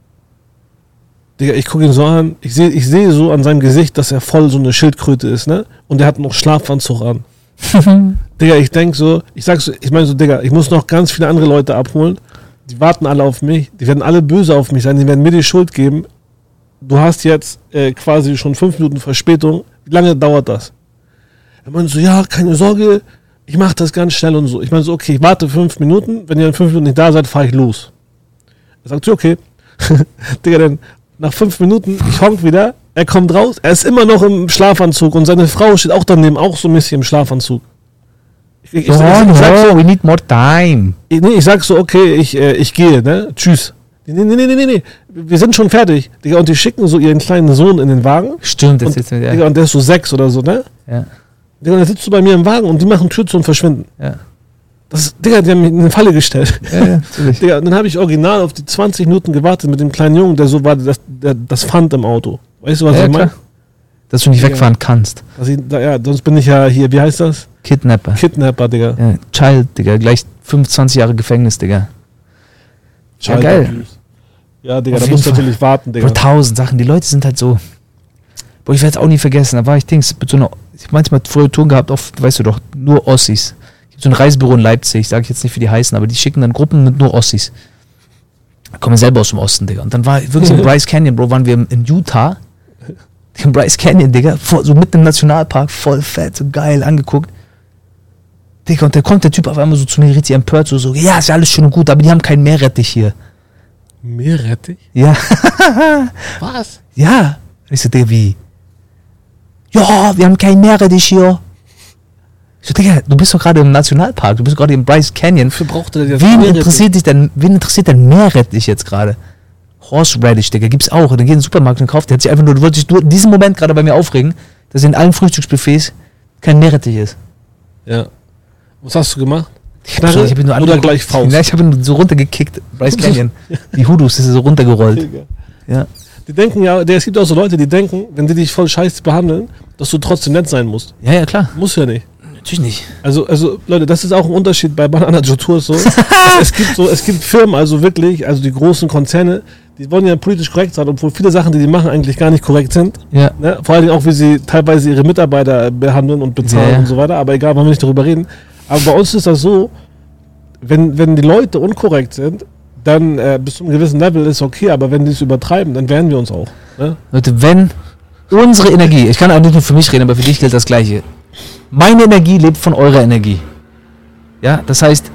Digga, ich gucke ihn so an, ich sehe ich seh so an seinem Gesicht, dass er voll so eine Schildkröte ist, ne? Und der hat noch Schlafanzug an. Digga, ich denk so, ich sag so, ich meine so, Digga, ich muss noch ganz viele andere Leute abholen. Die warten alle auf mich, die werden alle böse auf mich sein, die werden mir die Schuld geben. Du hast jetzt äh, quasi schon fünf Minuten Verspätung. Wie lange dauert das? Er meinte so, ja, keine Sorge, ich mach das ganz schnell und so. Ich meine so, okay, ich warte fünf Minuten, wenn ihr in fünf Minuten nicht da seid, fahre ich los. Er sagt so, okay. Digga, dann nach fünf Minuten, ich honk wieder, er kommt raus, er ist immer noch im Schlafanzug und seine Frau steht auch daneben, auch so ein bisschen im Schlafanzug. Ich, ich, ich, oh, ich, ich, ich no, so, we need more time. Ich, nee, ich sag so, okay, ich, äh, ich gehe, ne, tschüss. Nee, nee, nee, nee, nee, nee, wir sind schon fertig. Digga, und die schicken so ihren kleinen Sohn in den Wagen. Stimmt, das und, ist ja. Digga, und der ist so sechs oder so, ne? Ja. Digga, dann sitzt du bei mir im Wagen und die machen Tür zu und verschwinden. Ja. Das ist, Digga, die haben mich in eine Falle gestellt. Ja, ja, natürlich. Digga, und dann habe ich original auf die zwanzig Minuten gewartet mit dem kleinen Jungen, der so war, das, der, das fand im Auto. Weißt du, was ja, ich meine? Dass du nicht ja. wegfahren kannst. Also ich, da, ja, sonst bin ich ja hier, wie heißt das? Kidnapper. Kidnapper, Digga. Ja, Child, Digga, gleich fünfundzwanzig Jahre Gefängnis, Digga. Child ja, geil. Abuse. Ja, Digga, auf da musst du natürlich warten, Digga. Bro, tausend Sachen, die Leute sind halt so. Boah, ich werde es auch nie vergessen, da war ich Dings, mit so einer, ich hab manchmal früher Touren gehabt, oft, weißt du doch, nur Ossis. Ich habe so ein Reisebüro in Leipzig, sage ich jetzt nicht, wie die heißen, aber die schicken dann Gruppen mit nur Ossis. Da kommen wir selber aus dem Osten, Digga. Und dann war wirklich in Bryce Canyon, Bro, waren wir in Utah. Den Bryce Canyon, Digga, vor, so mitten im Nationalpark, voll fett, so geil angeguckt. Digga, und da kommt der Typ auf einmal so zu mir richtig empört, so, so, ja, ist ja alles schön und gut, aber die haben keinen Meerrettich hier. Meerrettich? Ja. Was? Ja. Ich so, Digga, wie? Ja, wir haben keinen Meerrettich hier. Ich so, Digga, du bist doch gerade im Nationalpark, du bist gerade im Bryce Canyon. Wofür braucht der jetzt Wen interessiert dich denn, wen interessiert denn Meerrettich jetzt gerade? Horseradish, Digga, gibt's auch. Dann geht in den Supermarkt und kauft. Der hat sich einfach nur, du wolltest dich nur in diesem Moment gerade bei mir aufregen, dass in allen Frühstücksbuffets kein Meerrettich ist. Ja. Was hast du gemacht? Knarre ich hab ihn nur oder gleich Faust? Ja, ich habe ihn so runtergekickt, Bryce Canyon. Die Hudus, das ist so runtergerollt. Ja. Die denken ja, es gibt auch so Leute, die denken, wenn die dich voll scheiße behandeln, dass du trotzdem nett sein musst. Ja, ja, klar. Muss ja nicht. Natürlich nicht. Also, also Leute, das ist auch ein Unterschied bei Banana Joe Tours so. es, es gibt so, es gibt Firmen, also wirklich, also die großen Konzerne, die wollen ja politisch korrekt sein, obwohl viele Sachen, die die machen, eigentlich gar nicht korrekt sind. Ja. Ne? Vor allem auch, wie sie teilweise ihre Mitarbeiter behandeln und bezahlen Ja. und so weiter. Aber egal, wollen wir nicht darüber reden. Aber bei uns ist das so, wenn, wenn die Leute unkorrekt sind, dann äh, bis zu einem gewissen Level ist okay, aber wenn die es übertreiben, dann wehren wir uns auch. Ne? Leute, wenn unsere Energie, ich kann auch nicht nur für mich reden, aber für dich gilt das Gleiche. Meine Energie lebt von eurer Energie. Ja, das heißt,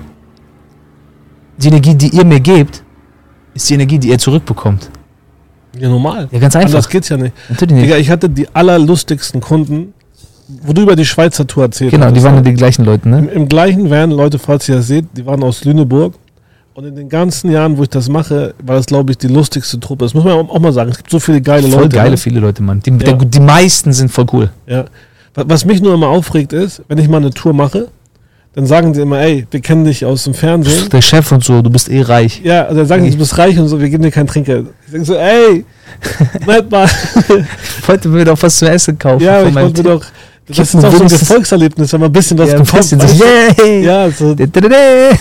die Energie, die ihr mir gebt, ist die Energie, die ihr zurückbekommt. Ja, normal. Ja, ganz einfach. Das geht's ja nicht. Natürlich nicht. Digga, ich hatte die allerlustigsten Kunden, wo du über die Schweizer Tour erzählt Genau, hast. die waren ja die gleichen Leute, ne? Im, Im gleichen Van, Leute, falls ihr das seht, die waren aus Lüneburg. Und in den ganzen Jahren, wo ich das mache, war das, glaube ich, die lustigste Truppe. Das muss man auch mal sagen. Es gibt so viele geile Voll Leute. geile, ne? viele Leute, Mann. Die, Ja. der, die meisten sind voll cool. Ja. Was was mich nur immer aufregt ist, wenn ich mal eine Tour mache, dann sagen die immer, ey, wir kennen dich aus dem Fernsehen. Der Chef und so, du bist eh reich. Ja, und dann sagen die, du bist reich und so, wir geben dir kein Trinkgeld. Ich denke so, ey, bleib mal. Ich wollte mir doch was zu essen kaufen. Ja, von ich meinem wollte mir Team. doch, das ist auch so ein wenigstens- Erfolgserlebnis, wenn man ein bisschen was Ja, ein bekommt. bisschen weißt so, du? yay! Ja, so, Dä-dä-dä-dä.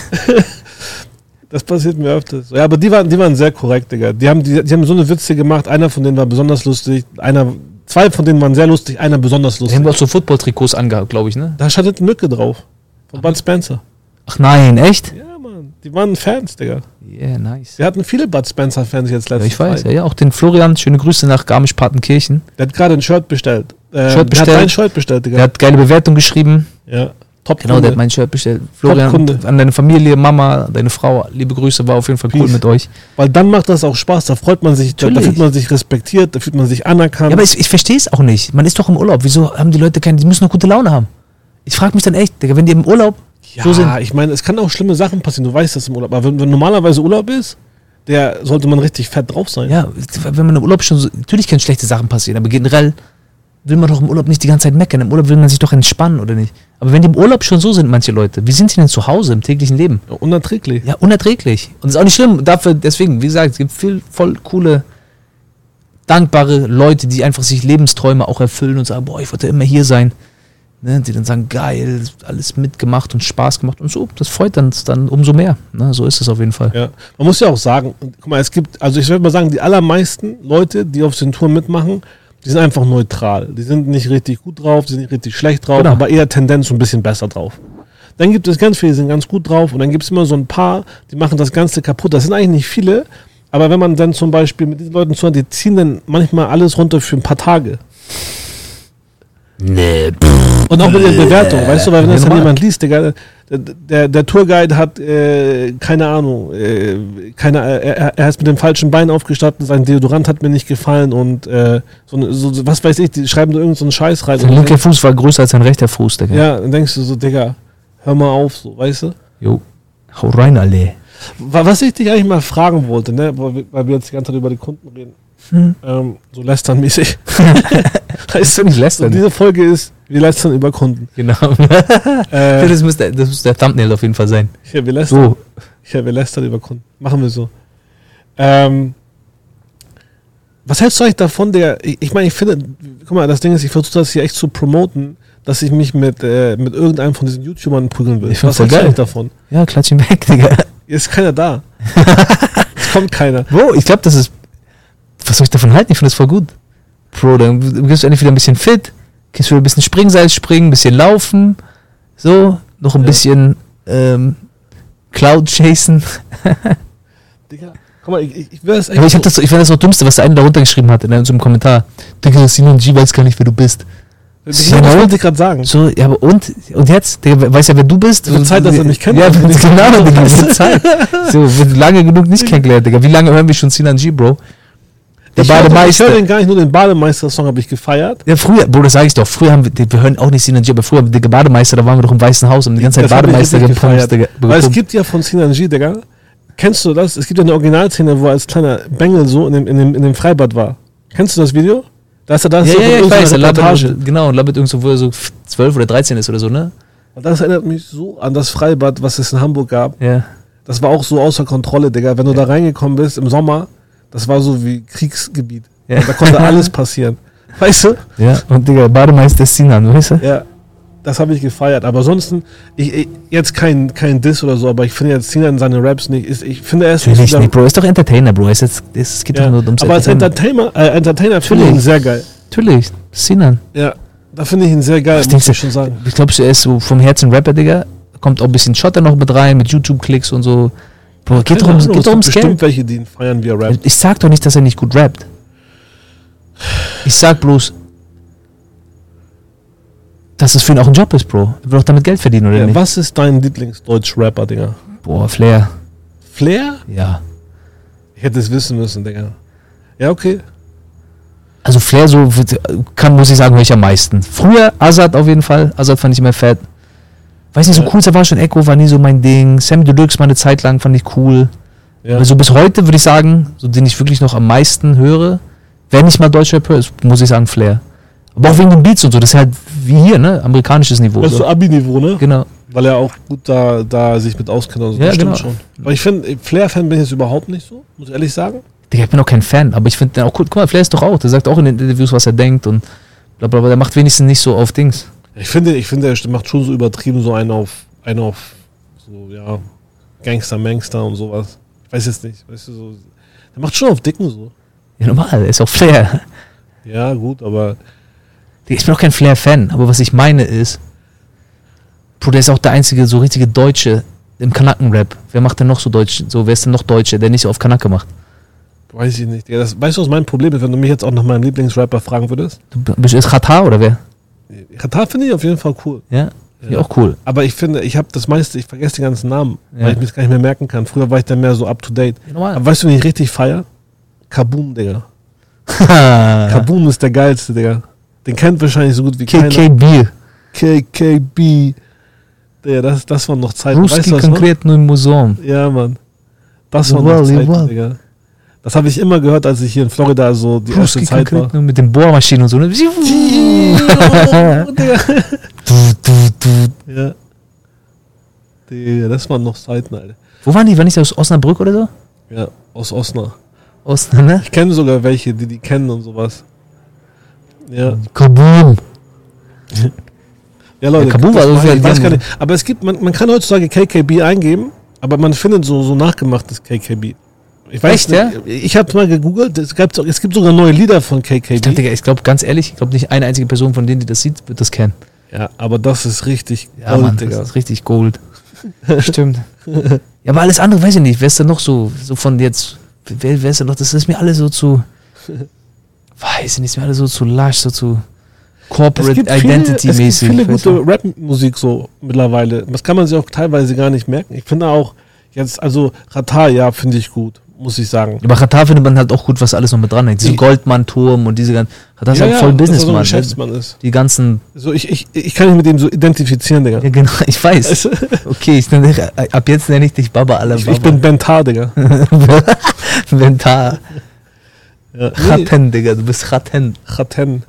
das passiert mir öfters. Ja, aber die waren, die waren sehr korrekt, Digga. Die haben, die, die haben so eine Witze gemacht, einer von denen war besonders lustig, einer, zwei von denen waren sehr lustig, einer besonders Die lustig. haben auch so Football-Trikots angehabt, glaube ich, ne? Da stand eine Mücke drauf. Von Bud Spencer. Ach nein, echt? Ja, Mann. Die waren Fans, Digga. Yeah, nice. Wir hatten viele Bud Spencer-Fans jetzt Ja, letztes ich weiß, ja, ja, auch den Florian, schöne Grüße nach Garmisch-Partenkirchen. Der hat gerade ein Shirt bestellt. Äh, Shirt Der bestellt. hat ein Shirt bestellt, Digga. Der hat geile Bewertung geschrieben. Ja. Top Genau, der hat mein Shirt bestellt. Florian, Top-Kunde. an deine Familie, Mama, deine Frau, liebe Grüße, war auf jeden Fall cool Peace. mit euch. Weil dann macht das auch Spaß, da freut man sich, da, da Natürlich. fühlt man sich respektiert, da fühlt man sich anerkannt. Ja, aber ich, ich verstehe es auch nicht. Man ist doch im Urlaub. Wieso haben die Leute keine, die müssen doch gute Laune haben. Ich frage mich dann echt, Digga, wenn die im Urlaub ja, so sind. ich meine, es kann auch schlimme Sachen passieren, du weißt das im Urlaub. Aber wenn, wenn normalerweise Urlaub ist, der sollte man richtig fett drauf sein. Ja, wenn man im Urlaub schon so, natürlich können schlechte Sachen passieren, aber generell will man doch im Urlaub nicht die ganze Zeit meckern. Im Urlaub will man sich doch entspannen, oder nicht? Aber wenn die im Urlaub schon so sind, manche Leute, wie sind sie denn zu Hause im täglichen Leben? Ja, unerträglich. Ja, unerträglich. Und das ist auch nicht schlimm. Dafür, deswegen, wie gesagt, es gibt viel voll coole, dankbare Leute, die einfach sich Lebensträume auch erfüllen und sagen, boah, ich wollte immer hier sein. Ne, die dann sagen, geil, alles mitgemacht und Spaß gemacht und so. Das freut uns dann umso mehr. Ne, so ist es auf jeden Fall. Ja. Man muss ja auch sagen, guck mal, es gibt, also ich würde mal sagen, die allermeisten Leute, die auf den Touren mitmachen, die sind einfach neutral. Die sind nicht richtig gut drauf, die sind nicht richtig schlecht drauf, Genau. aber eher Tendenz so ein bisschen besser drauf. Dann gibt es ganz viele, die sind ganz gut drauf und dann gibt es immer so ein paar, die machen das Ganze kaputt. Das sind eigentlich nicht viele, aber wenn man dann zum Beispiel mit diesen Leuten zuhört, die ziehen dann manchmal alles runter für ein paar Tage. Nee. Und auch mit der Bewertung, weißt du, weil wenn das dann normal. jemand liest, Digga, der, der, der Tourguide hat, äh, keine Ahnung, äh, keine, er, er ist mit dem falschen Bein aufgestanden, sein Deodorant hat mir nicht gefallen und äh, so, so, was weiß ich, die schreiben da irgend so einen Scheiß rein. Sein Und linker dann, Fuß war größer als sein rechter Fuß, Digga. ja, dann denkst du so, Digga, hör mal auf, so, weißt du? Jo. Hau rein, alle. Wa- Was ich dich eigentlich mal fragen wollte, ne, weil wir, weil wir jetzt die ganze Zeit über die Kunden reden, Hm. ähm, so lästernmäßig. Ist doch nicht So, lästern. diese Folge ist, wir lästern über Kunden. Genau. Äh, das, muss der, das muss der Thumbnail auf jeden Fall sein. ja, wir lästern. So. Ja, wir lästern über Kunden. Machen wir so. Ähm, was hältst du eigentlich davon, der, ich, ich meine, ich finde, guck mal, das Ding ist, ich versuche das hier echt zu promoten, dass ich mich mit, äh, mit irgendeinem von diesen YouTubern prügeln will. Ich find's Was voll hältst du geil. eigentlich davon? Ja, klatsch ihn weg, Digga. Ist keiner da. Es kommt keiner. Wo? Ich glaube, das ist. Was soll ich davon halten? Ich finde das voll gut. Bro, dann bist du endlich wieder ein bisschen fit. Kannst du wieder ein bisschen Springseil springen, ein bisschen laufen. So, noch ein Ja. bisschen ähm, Cloud chasen. Digga, Guck mal, ich, ich, ich will das echt. Aber ich so fand das, ich fand das so Dümmste, was der eine da runtergeschrieben hat in unserem Kommentar. Digga, Sinan G weiß gar nicht, wer du bist. Das wollte ich gerade sagen. So, ja, aber und, und jetzt? Der weiß ja, wer du bist. Wird Zeit, dass er mich kennt. Ja, genau, Digga, wird Zeit. So, wird lange genug nicht kennengelernt, Digga. Wie lange hören wir schon Sinan G, Bro? Der ich Bademeister. Ich höre den gar nicht, nur den Bademeister-Song habe ich gefeiert. Ja, früher, Bro, das sage ich doch. Früher haben wir, wir hören auch nicht Sinan G, aber früher haben wir den Bademeister, da waren wir doch im Weißen Haus und die ganze Zeit das Bademeister gefeiert. Digga, weil es gibt ja von Sinan G, Digga, kennst du das? Es gibt ja eine Originalszene, wo er als kleiner Bengel so in dem, in dem, in dem Freibad war. Kennst du das Video? Da ist er da. Ja, so ja, ja, ich weiß, er labbert, genau, und labbert irgendwo, wo er so zwölf oder dreizehn ist oder so, ne? Und das erinnert mich so an das Freibad, was es in Hamburg gab. Ja. Das war auch so außer Kontrolle, Digga. Wenn du ja. da reingekommen bist im Sommer, das war so wie Kriegsgebiet. Ja. Da konnte alles passieren. Weißt du? Ja, und Digga, Bademeister Sinan, weißt du? Ja, das habe ich gefeiert. Aber ansonsten, ich, ich, jetzt kein, kein Diss oder so, aber ich finde jetzt Sinan seine Raps nicht. Ist, ich finde er ist Natürlich nicht, Bro. Ist doch Entertainer, Bro. Ist jetzt, es geht ja. doch nur ums Aber als Entertainer, äh, Entertainer finde ich ihn sehr geil. Natürlich, Sinan. Ja, da finde ich ihn sehr geil, Was muss ich schon sagen. Ich glaube, er ist so vom Herzen Rapper, Digga. Kommt auch ein bisschen Schotter noch mit rein, mit YouTube-Klicks und so. Bro, geht doch ums, geht doch ums bestimmt Geld. Welche, die ihn feiern, wie er rappt. Ich sag doch nicht, dass er nicht gut rappt. Ich sag bloß, dass es für ihn auch ein Job ist, Bro. Er will auch damit Geld verdienen, oder ja, nicht? Was ist dein Lieblingsdeutsch-Rapper, Digga? Boah, Flair. Flair? Ja. Ich hätte es wissen müssen, Digga. Ja, okay. Also Flair, so kann, muss ich sagen, höre ich am meisten. Früher Azad auf jeden Fall. Azad fand ich immer fett. Weiß nicht, so ja. cool, da war schon Echo, war nie so mein Ding. Sammy Deluxe mal eine Zeit lang fand ich cool. Ja. Aber so bis heute würde ich sagen, so den ich wirklich noch am meisten höre, wenn ich mal Deutschrap höre, muss ich sagen Flair. Aber auch wegen den Beats und so, das ist halt wie hier, ne? Amerikanisches Niveau. Das ist so Abi-Niveau, ne? Genau. Weil er auch gut da, da sich mit auskennt und so. Ja, das genau. Stimmt schon. Aber ich finde, Flair-Fan bin ich jetzt überhaupt nicht so, muss ich ehrlich sagen. Digga, ich bin auch kein Fan, aber ich finde den auch cool. Guck mal, Flair ist doch auch, der sagt auch in den Interviews, was er denkt und blablabla, der macht wenigstens nicht so auf Dings. Ich finde, ich finde, er macht schon so übertrieben so einen auf, einen auf so, ja, Gangster, Mangster und sowas. Ich weiß jetzt nicht, weißt du, so. Der macht schon auf Dicken so. Ja, normal, er ist auch Flair. Ja, gut, aber. Ich bin auch kein Flair-Fan, aber was ich meine ist, Bro, der ist auch der einzige so richtige Deutsche im Kanaken-Rap. Wer macht denn noch so Deutsch? So, wer ist denn noch Deutsche, der nicht so auf Kanake macht? Weiß ich nicht. Das, weißt du, was mein Problem ist, wenn du mich jetzt auch nach meinem Lieblingsrapper fragen würdest? Du bist ist Xatar oder wer? Xatar finde ich auf jeden Fall cool. Ja, finde ich auch cool. Aber ich finde, ich habe das meiste, ich vergesse die ganzen Namen, Ja. weil ich mir das gar nicht mehr merken kann. Früher war ich dann mehr so up to date. Ja, normal. Aber weißt du, wen ich richtig feier? Kaboom, Digga. K Kaboom ist der geilste, Digga. Den kennt wahrscheinlich so gut wie K keiner. B. K K B. Digga, das, das waren noch Zeiten. Ruski weißt du was konkret nur im Museum. noch? Ja, Mann. Das So waren noch well, Zeiten, well. Digga. Das habe ich immer gehört, als ich hier in Florida so die erste Ruski Zeit war. konkret nur mit den Bohrmaschinen und so. Ne? Digga. Du, du, du. Ja. Digga, das waren noch Zeiten, Alter. Wo waren die? War nicht aus Osnabrück oder so? Ja, aus Osnabrück. Osnabrück, ne? Ich kenne sogar welche, die die kennen und sowas. Ja. Kaboom. Ja, Leute, Ja, Kaboom das war so weiß viel- ich weiß gar nicht. Aber es gibt, man, man kann heutzutage K K B eingeben, aber man findet so, so nachgemachtes K K B. Ich weiß Echt, nicht, ja? Ich habe mal gegoogelt, es, gab, es gibt sogar neue Lieder von K K Ich glaube, B. ich glaube, ganz ehrlich, ich glaube nicht eine einzige Person von denen, die das sieht, wird das kennen. Ja, aber das ist richtig Ja, Gold, Mann, Digga. das ist richtig Gold. Stimmt. Ja, aber alles andere weiß ich nicht. Wer ist denn noch so, so von jetzt, wer, wer ist denn noch, das ist mir alles so zu, weiß ich nicht, ist mir alles so zu lasch, so zu Corporate Identity viele, mäßig. Es gibt viele weißt du? gute Rap-Musik so mittlerweile. Das kann man sich auch teilweise gar nicht merken. Ich finde auch jetzt, also Ratar, ja, finde ich gut, muss ich sagen. Aber Qatar findet man halt auch gut, was alles noch mit dran hängt. Diese Ich- Goldmann-Turm und diese ganzen, Qatar ist halt voll dass er so ein Businessmann. ne? Geschäftsmann ist. Die ganzen, So, ich, ich, ich kann mich mit dem so identifizieren, Digga. ja genau, ich weiß. Weißt du? Okay, ich nenne, ab jetzt nenne ich dich Baba aller Ich, Baba. ich bin Bentar, Digga. Ventar. Ja. Nee, Khaten, Digga, du bist Khaten. Khaten.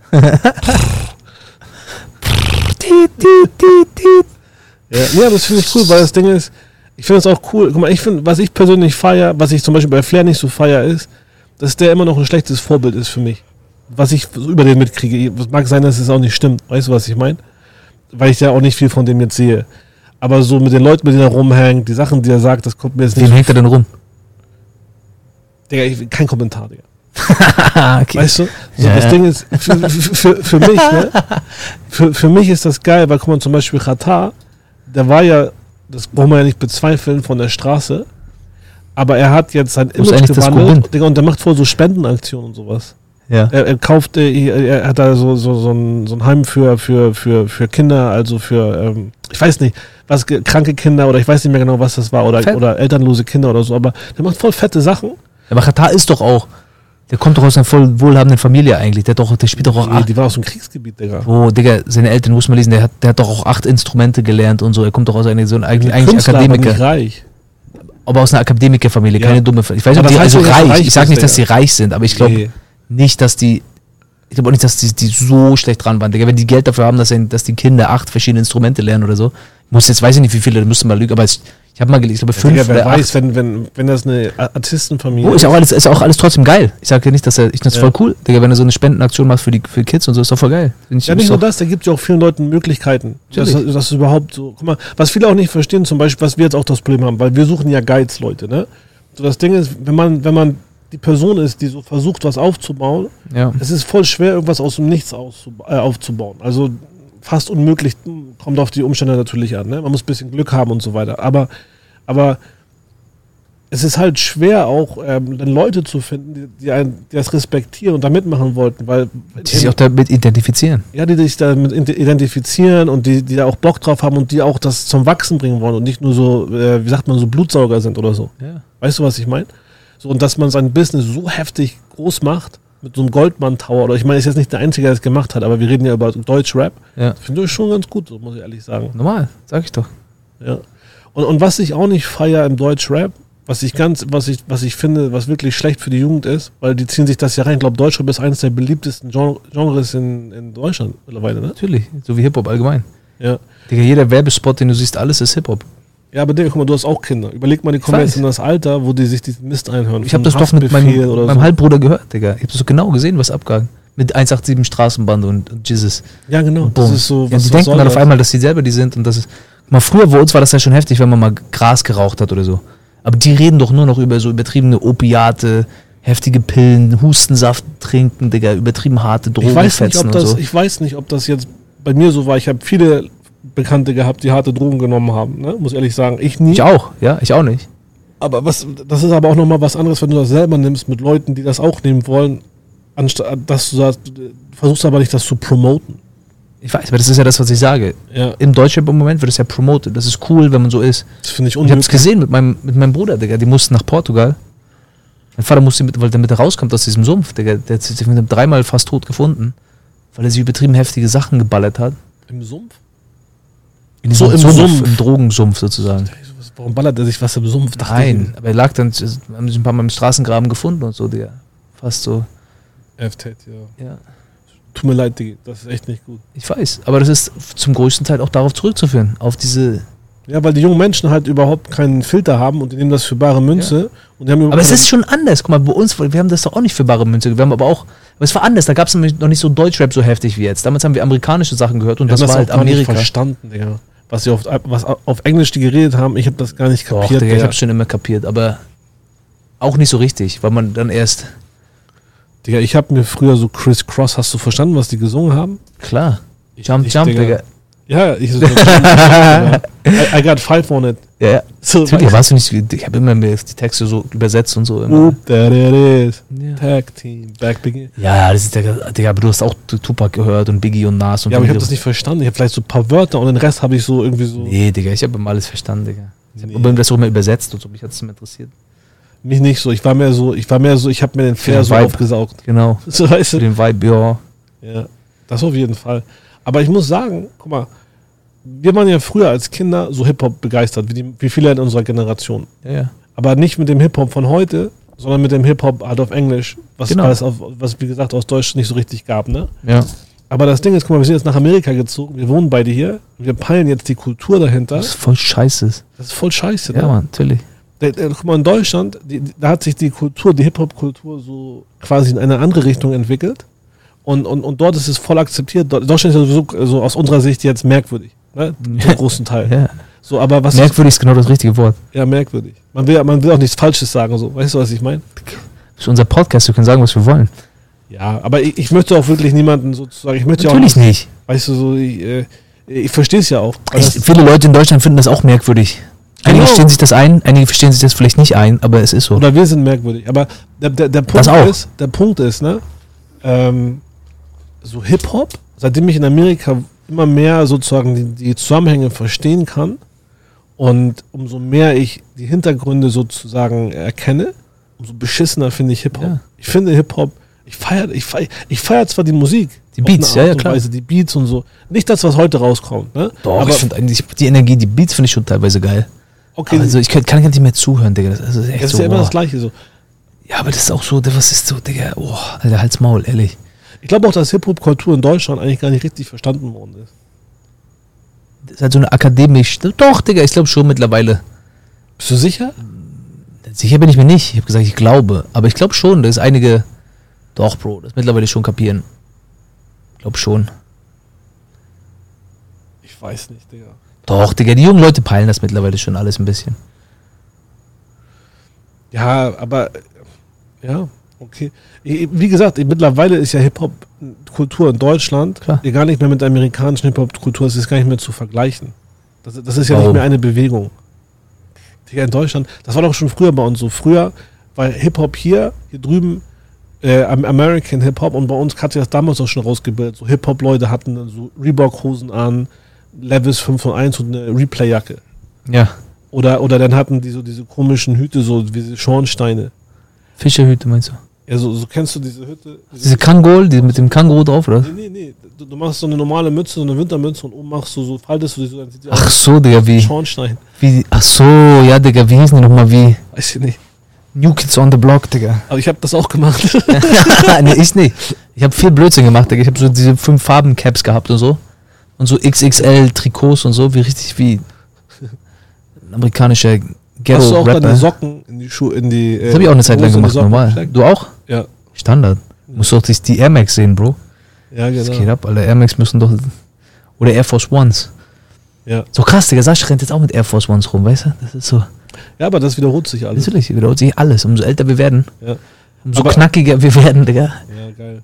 Tiet, tiet, tiet, tiet. Ja, ja, das finde ich cool, weil das Ding ist, ich finde es auch cool. Guck mal, ich finde, was ich persönlich feier, was ich zum Beispiel bei Flair nicht so feier, ist, dass der immer noch ein schlechtes Vorbild ist für mich. Was ich so über den mitkriege. Es mag sein, dass es auch nicht stimmt. Weißt du, was ich meine? Weil ich ja auch nicht viel von dem jetzt sehe. Aber so mit den Leuten, mit denen er rumhängt, die Sachen, die er sagt, das kommt mir jetzt Wem nicht. hängt er denn rum? Digga, ich, kein Kommentar, Digga. Okay. Weißt du? So, Ja, das ja. Ding ist, für, für, für, für mich, ne? Für, für mich ist das geil, weil guck mal, zum Beispiel Qatar, der war ja, das brauchen wir ja nicht bezweifeln, von der Straße, Aber er hat jetzt sein Wo ist Image eigentlich das gewandelt, Grund? Digga, und der macht voll so Spendenaktionen und sowas. Ja. Er, er kauft, äh, er hat da so, so, so, ein, so ein Heim für, für, für, für Kinder, also für, ähm, ich weiß nicht, was ge- kranke Kinder oder ich weiß nicht mehr genau, was das war, oder, Fett. oder elternlose Kinder oder so, aber der macht voll fette Sachen. Aber Katar ist doch auch, der kommt doch aus einer voll wohlhabenden Familie eigentlich. Der, hat doch, der spielt doch auch Nee, acht. die war aus dem Kriegsgebiet, Digga. Oh, Digga, seine Eltern, muss man lesen, der hat, der hat doch auch acht Instrumente gelernt und so. Er kommt doch aus einer so einer eigentlich, eigentlich Künstler, aber Akademiker. nicht reich. Aber aus einer Akademikerfamilie, Ja. keine dumme Familie. Ich weiß Aber nicht, ob das die, heißt also doch, dass du reich. reich Ich sag bist, nicht, dass die Digga. reich sind, aber ich glaube Nee. nicht, dass die, ich glaube auch nicht, dass die, die so schlecht dran waren. Digga, wenn die Geld dafür haben, dass, ein- dass die Kinder acht verschiedene Instrumente lernen oder so, muss jetzt, weiß ich nicht, wie viele, da müsste mal lügen, aber ich, ich habe mal gelesen, ich glaube fünf Digga, wer oder acht. weiß, wenn, wenn, wenn das eine Artistenfamilie Oh, ist auch alles, ist auch alles trotzdem geil. Ich sage ja nicht, dass er, ich das Ja. voll cool, Digga, wenn er so eine Spendenaktion macht für die für Kids und so, ist doch voll geil. Find ich, Ja, nicht ist nur doch- das, da gibt ja auch vielen Leuten Möglichkeiten. Das, Natürlich. das ist überhaupt so. Guck mal, was viele auch nicht verstehen, zum Beispiel, was wir jetzt auch das Problem haben, weil wir suchen ja Guides, Leute, ne? So, das Ding ist, wenn man, wenn man die Person ist, die so versucht, was aufzubauen, Ja. es ist voll schwer, irgendwas aus dem Nichts auszub- äh, aufzubauen. Also fast unmöglich, kommt auf die Umstände natürlich an, ne? Man muss ein bisschen Glück haben und so weiter. Aber, aber es ist halt schwer auch, ähm, dann Leute zu finden, die, die, einen, die das respektieren und da mitmachen wollten, weil Die sich auch damit identifizieren. ja, die sich damit identifizieren und die, die da auch Bock drauf haben und die auch das zum Wachsen bringen wollen und nicht nur so, äh, wie sagt man, so Blutsauger sind oder so. Ja. Weißt du, was ich meine? So, und dass man sein Business so heftig groß macht, mit so einem Goldman Tower, oder ich meine, ist jetzt nicht der Einzige, der das gemacht hat, aber wir reden ja über Deutsch-Rap. Ja. Finde ich schon ganz gut, so muss ich ehrlich sagen. Normal, sag ich doch. Ja. Und, und was ich auch nicht feiere im Deutsch-Rap, was ich ganz, was ich, was ich finde, was wirklich schlecht für die Jugend ist, weil die ziehen sich das ja rein. Ich glaube, Deutschrap ist eines der beliebtesten Gen- Genres in, in Deutschland mittlerweile, ne? Natürlich, so wie Hip-Hop allgemein. Ja. Digga, jeder Werbespot, den du siehst, alles ist Hip-Hop. Ja, aber Digga, guck mal, du hast auch Kinder. Überleg mal, die kommen weiß. jetzt in das Alter, wo die sich diesen Mist einhören. Ich habe Von das doch mit meinem, Haftbefehl oder meinem so. Halbbruder gehört, Digga. Ich habe das so genau gesehen, was abgegangen. Mit eins acht sieben Straßenbande und, und Jesus. Ja, genau. Boom. Das ist so, Ja, was, die was denken soll dann das? auf einmal, dass sie selber die sind und das ist. Guck mal, früher bei uns war das ja schon heftig, wenn man mal Gras geraucht hat oder so. Aber die reden doch nur noch über so übertriebene Opiate, heftige Pillen, Hustensaft trinken, Digga, übertrieben harte Drogen, Ich weiß, nicht, fetzen ob und das, so. ich weiß nicht, ob das jetzt bei mir so war. Ich habe viele Bekannte gehabt, die harte Drogen genommen haben, ne? Muss ehrlich sagen. Ich nie. Ich auch, ja, ich auch nicht. Aber was, das ist aber auch nochmal was anderes, wenn du das selber nimmst mit Leuten, die das auch nehmen wollen, anstatt dass du sagst, du versuchst aber nicht das zu promoten. Ich weiß, aber das ist ja das, was ich sage. Ja, Im Deutschrap im Moment wird es ja promotet. Das ist cool, wenn man so ist. das finde ich Ich hab's unmöglich. gesehen mit meinem, mit meinem Bruder, Digga. Die mussten nach Portugal. Mein Vater musste mit, weil der mit rauskommt aus diesem Sumpf, Digga. Der hat sich mit dem dreimal fast tot gefunden, weil er sich übertrieben heftige Sachen geballert hat. Im Sumpf? In So, diesem im Sumpf, Sumpf. im Drogensumpf sozusagen. Warum ballert er sich was im Sumpf? Dachte Nein, aber er lag dann, haben sich ein paar Mal im Straßengraben gefunden und so, Digga. Fast so, ich. F T, ja. ja. Tut mir leid, Digga. Das ist echt nicht gut. Ich weiß, aber das ist zum größten Teil auch darauf zurückzuführen. Auf diese. Ja, weil die jungen Menschen halt überhaupt keinen Filter haben und die nehmen das für bare Münze. Und die haben Aber es ist schon anders. Guck mal, bei uns, wir haben das doch auch nicht für bare Münze. Wir haben aber auch. Aber es war anders. Da gab es nämlich noch nicht so Deutschrap so heftig wie jetzt. Damals haben wir amerikanische Sachen gehört und Wir das haben war halt auch gar nicht Amerika. verstanden, Digga. Was sie auf, was auf Englisch die geredet haben, ich habe das gar nicht Doch, kapiert. Digga, ich Digga. hab's schon immer kapiert, aber auch nicht so richtig, weil man dann erst. Digga, ich habe mir früher so Criss Cross, hast du verstanden, was die gesungen haben? Klar. Ich, Jump, ich, jump, Digga. Ja, ich so, jump, jump, Digga. I, I got five on it. Ja, ja. So, Natürlich, warst du nicht. Ich habe immer mehr die Texte so übersetzt und so. Immer. Oop, there it is. Ja. Tag Team, back begin. Ja, das ist der, Digga, aber du hast auch Tupac gehört und Biggie und Nas und Ja, aber ich habe Biggie. das nicht verstanden. Ich habe vielleicht so ein paar Wörter und den Rest habe ich so irgendwie so. Nee, Digga, ich habe immer alles verstanden, Digga. Ich habe Nee. das auch immer übersetzt und so, mich hat es immer interessiert. Mich nicht so. Ich war mehr so, ich war mehr so, ich habe mir den Für Flair den so Vibe. aufgesaugt. Genau. So, weißt Für du? den Vibe, ja. Ja, das auf jeden Fall. Aber ich muss sagen, guck mal, wir waren ja früher als Kinder so Hip-Hop begeistert, wie, die, wie viele in unserer Generation. Ja, ja. Aber nicht mit dem Hip-Hop von heute, sondern mit dem Hip-Hop halt auf Englisch, was, Genau. weil es auf, was wie gesagt aus Deutsch nicht so richtig gab, ne? Ja. Aber das Ding ist, guck mal, wir sind jetzt nach Amerika gezogen, wir wohnen beide hier, wir peilen jetzt die Kultur dahinter. Das ist voll scheiße. Das ist voll scheiße, Ja, ne? Mann, natürlich. Der, der, guck mal, in Deutschland, die, da hat sich die Kultur, die Hip-Hop-Kultur so quasi in eine andere Richtung entwickelt. Und, und, und dort ist es voll akzeptiert. Dort- Deutschland ist ja sowieso so aus unserer Sicht jetzt merkwürdig, ne? Zum großen Teil. Ja. So, aber was Merkwürdig ist genau das richtige Wort. ist, ja, merkwürdig. Man will, man will auch nichts Falsches sagen, so. Weißt du, was ich meine? Das ist unser Podcast, wir können sagen, was wir wollen. Ja, aber ich, ich möchte auch wirklich niemanden sozusagen, ich möchte Natürlich ja auch, nicht. weißt du, so, ich, äh, ich verstehe es ja auch. Weil Ich, das, viele Leute in Deutschland finden das auch merkwürdig. Einige Genau. verstehen sich das ein, einige verstehen sich das vielleicht nicht ein, aber es ist so. Oder wir sind merkwürdig. Aber der, der, der Punkt Das auch. ist, der Punkt ist, ne, ähm, so Hip-Hop, seitdem ich in Amerika immer mehr sozusagen die, die Zusammenhänge verstehen kann und umso mehr ich die Hintergründe sozusagen erkenne, umso beschissener finde ich Hip-Hop. Ja. Ich finde Hip-Hop, ich feiere ich feier, ich feier zwar die Musik, Die auf Beats, eine Art ja, ja, und klar. Weise, die Beats und so. Nicht das, was heute rauskommt. Ne? Doch, aber ich finde eigentlich die Energie, die Beats finde ich schon teilweise geil. okay, Also ich kann, kann gar nicht mehr zuhören, Digga. Das ist echt das ist so, ja immer boah. das Gleiche so. Ja, aber das ist auch so, was ist so, Digga, oh, Alter, halt's Maul, ehrlich. Ich glaube auch, dass Hip-Hop-Kultur in Deutschland eigentlich gar nicht richtig verstanden worden ist. Das ist halt so eine akademisch, doch, Digga, ich glaube schon mittlerweile. Bist du sicher? Sicher bin ich mir nicht. Ich habe gesagt, ich glaube. Aber ich glaube schon, dass einige, doch, Bro, das mittlerweile schon kapieren. Ich glaube schon. Ich weiß nicht, Digga. Doch, Digga, die jungen Leute peilen das mittlerweile schon alles ein bisschen. Ja, aber ja, okay. Ich- Wie gesagt, mittlerweile ist ja Hip-Hop-Kultur in Deutschland Klar. ja gar nicht mehr mit der amerikanischen Hip-Hop-Kultur, es ist gar nicht mehr zu vergleichen. Das, das ist ja Warum? nicht mehr eine Bewegung. Digga, in Deutschland, das war doch schon früher bei uns so. Früher war Hip-Hop hier, hier drüben äh, Am- American Hip-Hop und bei uns hat sich das damals auch schon rausgebildet. So Hip-Hop-Leute hatten dann so Reebok-Hosen an, Levis fünf null eins und eine Replay-Jacke. Ja. Oder, oder dann hatten die so diese komischen Hüte, so wie diese Schornsteine. Fischerhüte meinst du? Ja, so, so kennst du diese Hütte? Diese Kangol, die mit dem Känguru drauf, oder? Nee, nee, nee. Du, du machst so eine normale Mütze, so eine Wintermütze und oben machst du so, faltest du die so, dann sieht die Ach aus so, Digga, wie wie, Schornstein. wie, ach so, ja, Digga, wie hießen die nochmal, wie Weiß ich nicht. New Kids on the Block, Digga. Aber ich habe das auch gemacht. Nee, ich nicht. Ich habe viel Blödsinn gemacht, Digga. Ich habe so diese fünf Farben Caps gehabt und so. Und so X X L Trikots und so, wie richtig wie ein amerikanischer Hast du auch deine Ghetto-Rapper. Socken in die Schuhe, in die. Das habe ich auch eine Zeit lang gemacht, normal. Du? Du auch? Ja. Standard. Musst du auch die, die Air Max sehen, Bro. Ja, Das geht genau. ab, alle Air Max müssen doch. Oder Air Force Ones. Ja. So krass, Digga. Sascha rennt jetzt auch mit Air Force Ones rum, weißt du? Das ist so. ja, aber das wiederholt sich alles. Natürlich, wiederholt sich alles. Umso älter wir werden, Ja. umso Aber- knackiger wir werden, Digga. ja, geil.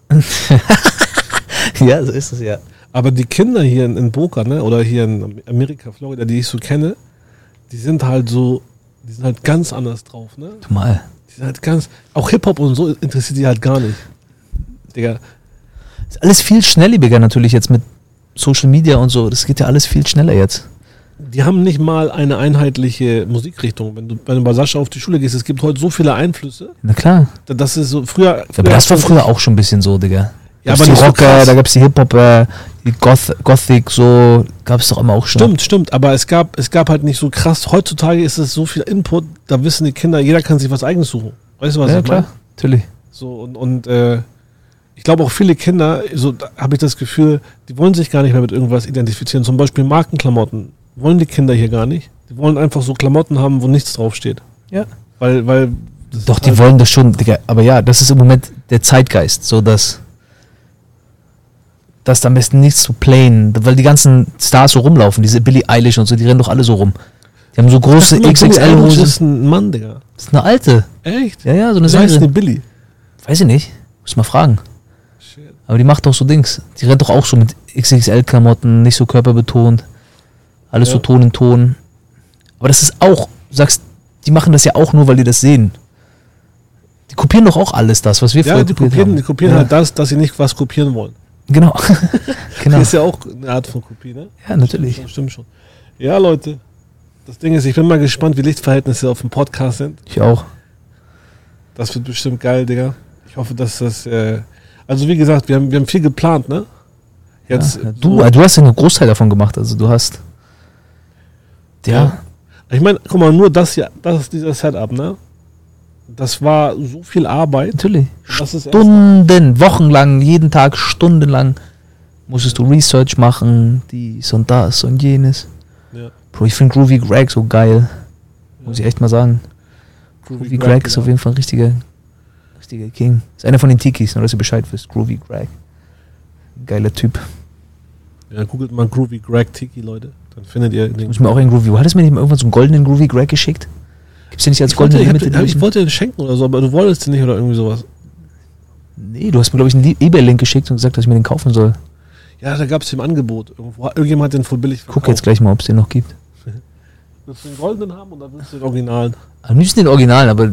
Ja, so ist es ja. Aber die Kinder hier in, in Boca, ne, oder hier in Amerika, Florida, die ich so kenne, die sind halt so, die sind halt ganz anders drauf, ne? Du mal. Die sind halt ganz, auch Hip-Hop und so interessiert die halt gar nicht. Digga, Ist alles viel schnelllebiger natürlich jetzt mit Social Media und so. Das geht ja alles viel schneller jetzt. die haben nicht mal eine einheitliche Musikrichtung. Wenn du, wenn du bei Sascha auf die Schule gehst, es gibt heute so viele Einflüsse, Na klar. das ist so, früher... Ja, aber das war früher auch schon ein bisschen so, Digga. Ja, Gab's aber die nicht so Rocker, krass. da gab es die Hip-Hopper, die Goth Gothic, so gab es doch immer auch schon. Stimmt, stimmt, aber es gab, es gab halt nicht so krass. Heutzutage ist es so viel Input, da wissen die Kinder, jeder kann sich was eigenes suchen. Weißt du, was Ja, ich klar, meine? natürlich. So, und, und äh, ich glaube auch viele Kinder, so habe ich das Gefühl, die wollen sich gar nicht mehr mit irgendwas identifizieren. Zum Beispiel Markenklamotten wollen die Kinder hier gar nicht. Die wollen einfach so Klamotten haben, wo nichts draufsteht. Ja. Weil, weil das Doch, ist die halt, wollen das schon, Digga. Aber ja, das ist im Moment der Zeitgeist, so dass dass da am besten nichts zu playen, weil die ganzen Stars so rumlaufen, diese Billie Eilish und so, die rennen doch alle so rum. Die haben so große Ach, guck mal, X Billie X Eilish L-Hosen. ist ein Mann, Digga. Das ist eine alte. Echt? Ja, ja, so eine Wie heißt die Sängerin. Billy? Weiß ich nicht. Muss mal fragen. Shit. Aber die macht doch so Dings. Die rennt doch auch so mit X X L-Klamotten, nicht so körperbetont. Alles Ja. so Ton in Ton. Aber das ist auch, du sagst, die machen das ja auch nur, weil die das sehen. Die kopieren doch auch alles das, was wir Ja, früher die kopiert kopieren, haben. die kopieren ja. halt das, dass sie nicht was kopieren wollen. Genau. genau. Das ist ja auch eine Art von Kopie, ne? Ja, natürlich. Stimmt, stimmt schon. Ja, Leute. Das Ding ist, ich bin mal gespannt, wie Lichtverhältnisse auf dem Podcast sind. Ich auch. Das wird bestimmt geil, Digga. Ich hoffe, dass das. Äh also, wie gesagt, wir haben, wir haben viel geplant, ne? Jetzt. ja, ja. so- Du, du hast ja einen Großteil davon gemacht. Also du hast. Ja. Ja. Ich meine, guck mal, nur das hier, das ist dieser Setup, ne? Das war so viel Arbeit. Natürlich. Das ist erst, Stunden, wochenlang, jeden Tag, stundenlang musstest du Research machen, dies und das und jenes. ja, Bro, ich finde Groovy Greg so geil. Muss ich echt mal sagen. Groovy Greg ist auf jeden Fall ein richtiger, richtiger King. Ist einer von den Tikis, nur dass ihr Bescheid wisst. Groovy Greg. Geiler Typ. Ja, googelt mal Groovy Greg Tiki, Leute. Dann findet ihr den. Muss mir auch einen Groovy. Hattest du mir nicht mal irgendwann so einen goldenen Groovy Greg geschickt? Gibt's den nicht als Ich wollte, goldene ich, hab, Limited? ich, ich wollte den schenken oder so, aber du wolltest den nicht oder irgendwie sowas. Nee, du hast mir, glaube ich, einen eBay-Link geschickt und gesagt, dass ich mir den kaufen soll. Ja, da gab es im Angebot. Irgendwo, irgendjemand hat den voll billig verkauft. Guck jetzt gleich mal, ob es den noch gibt. Willst du den goldenen haben oder willst du den originalen? Am liebsten den Originalen, aber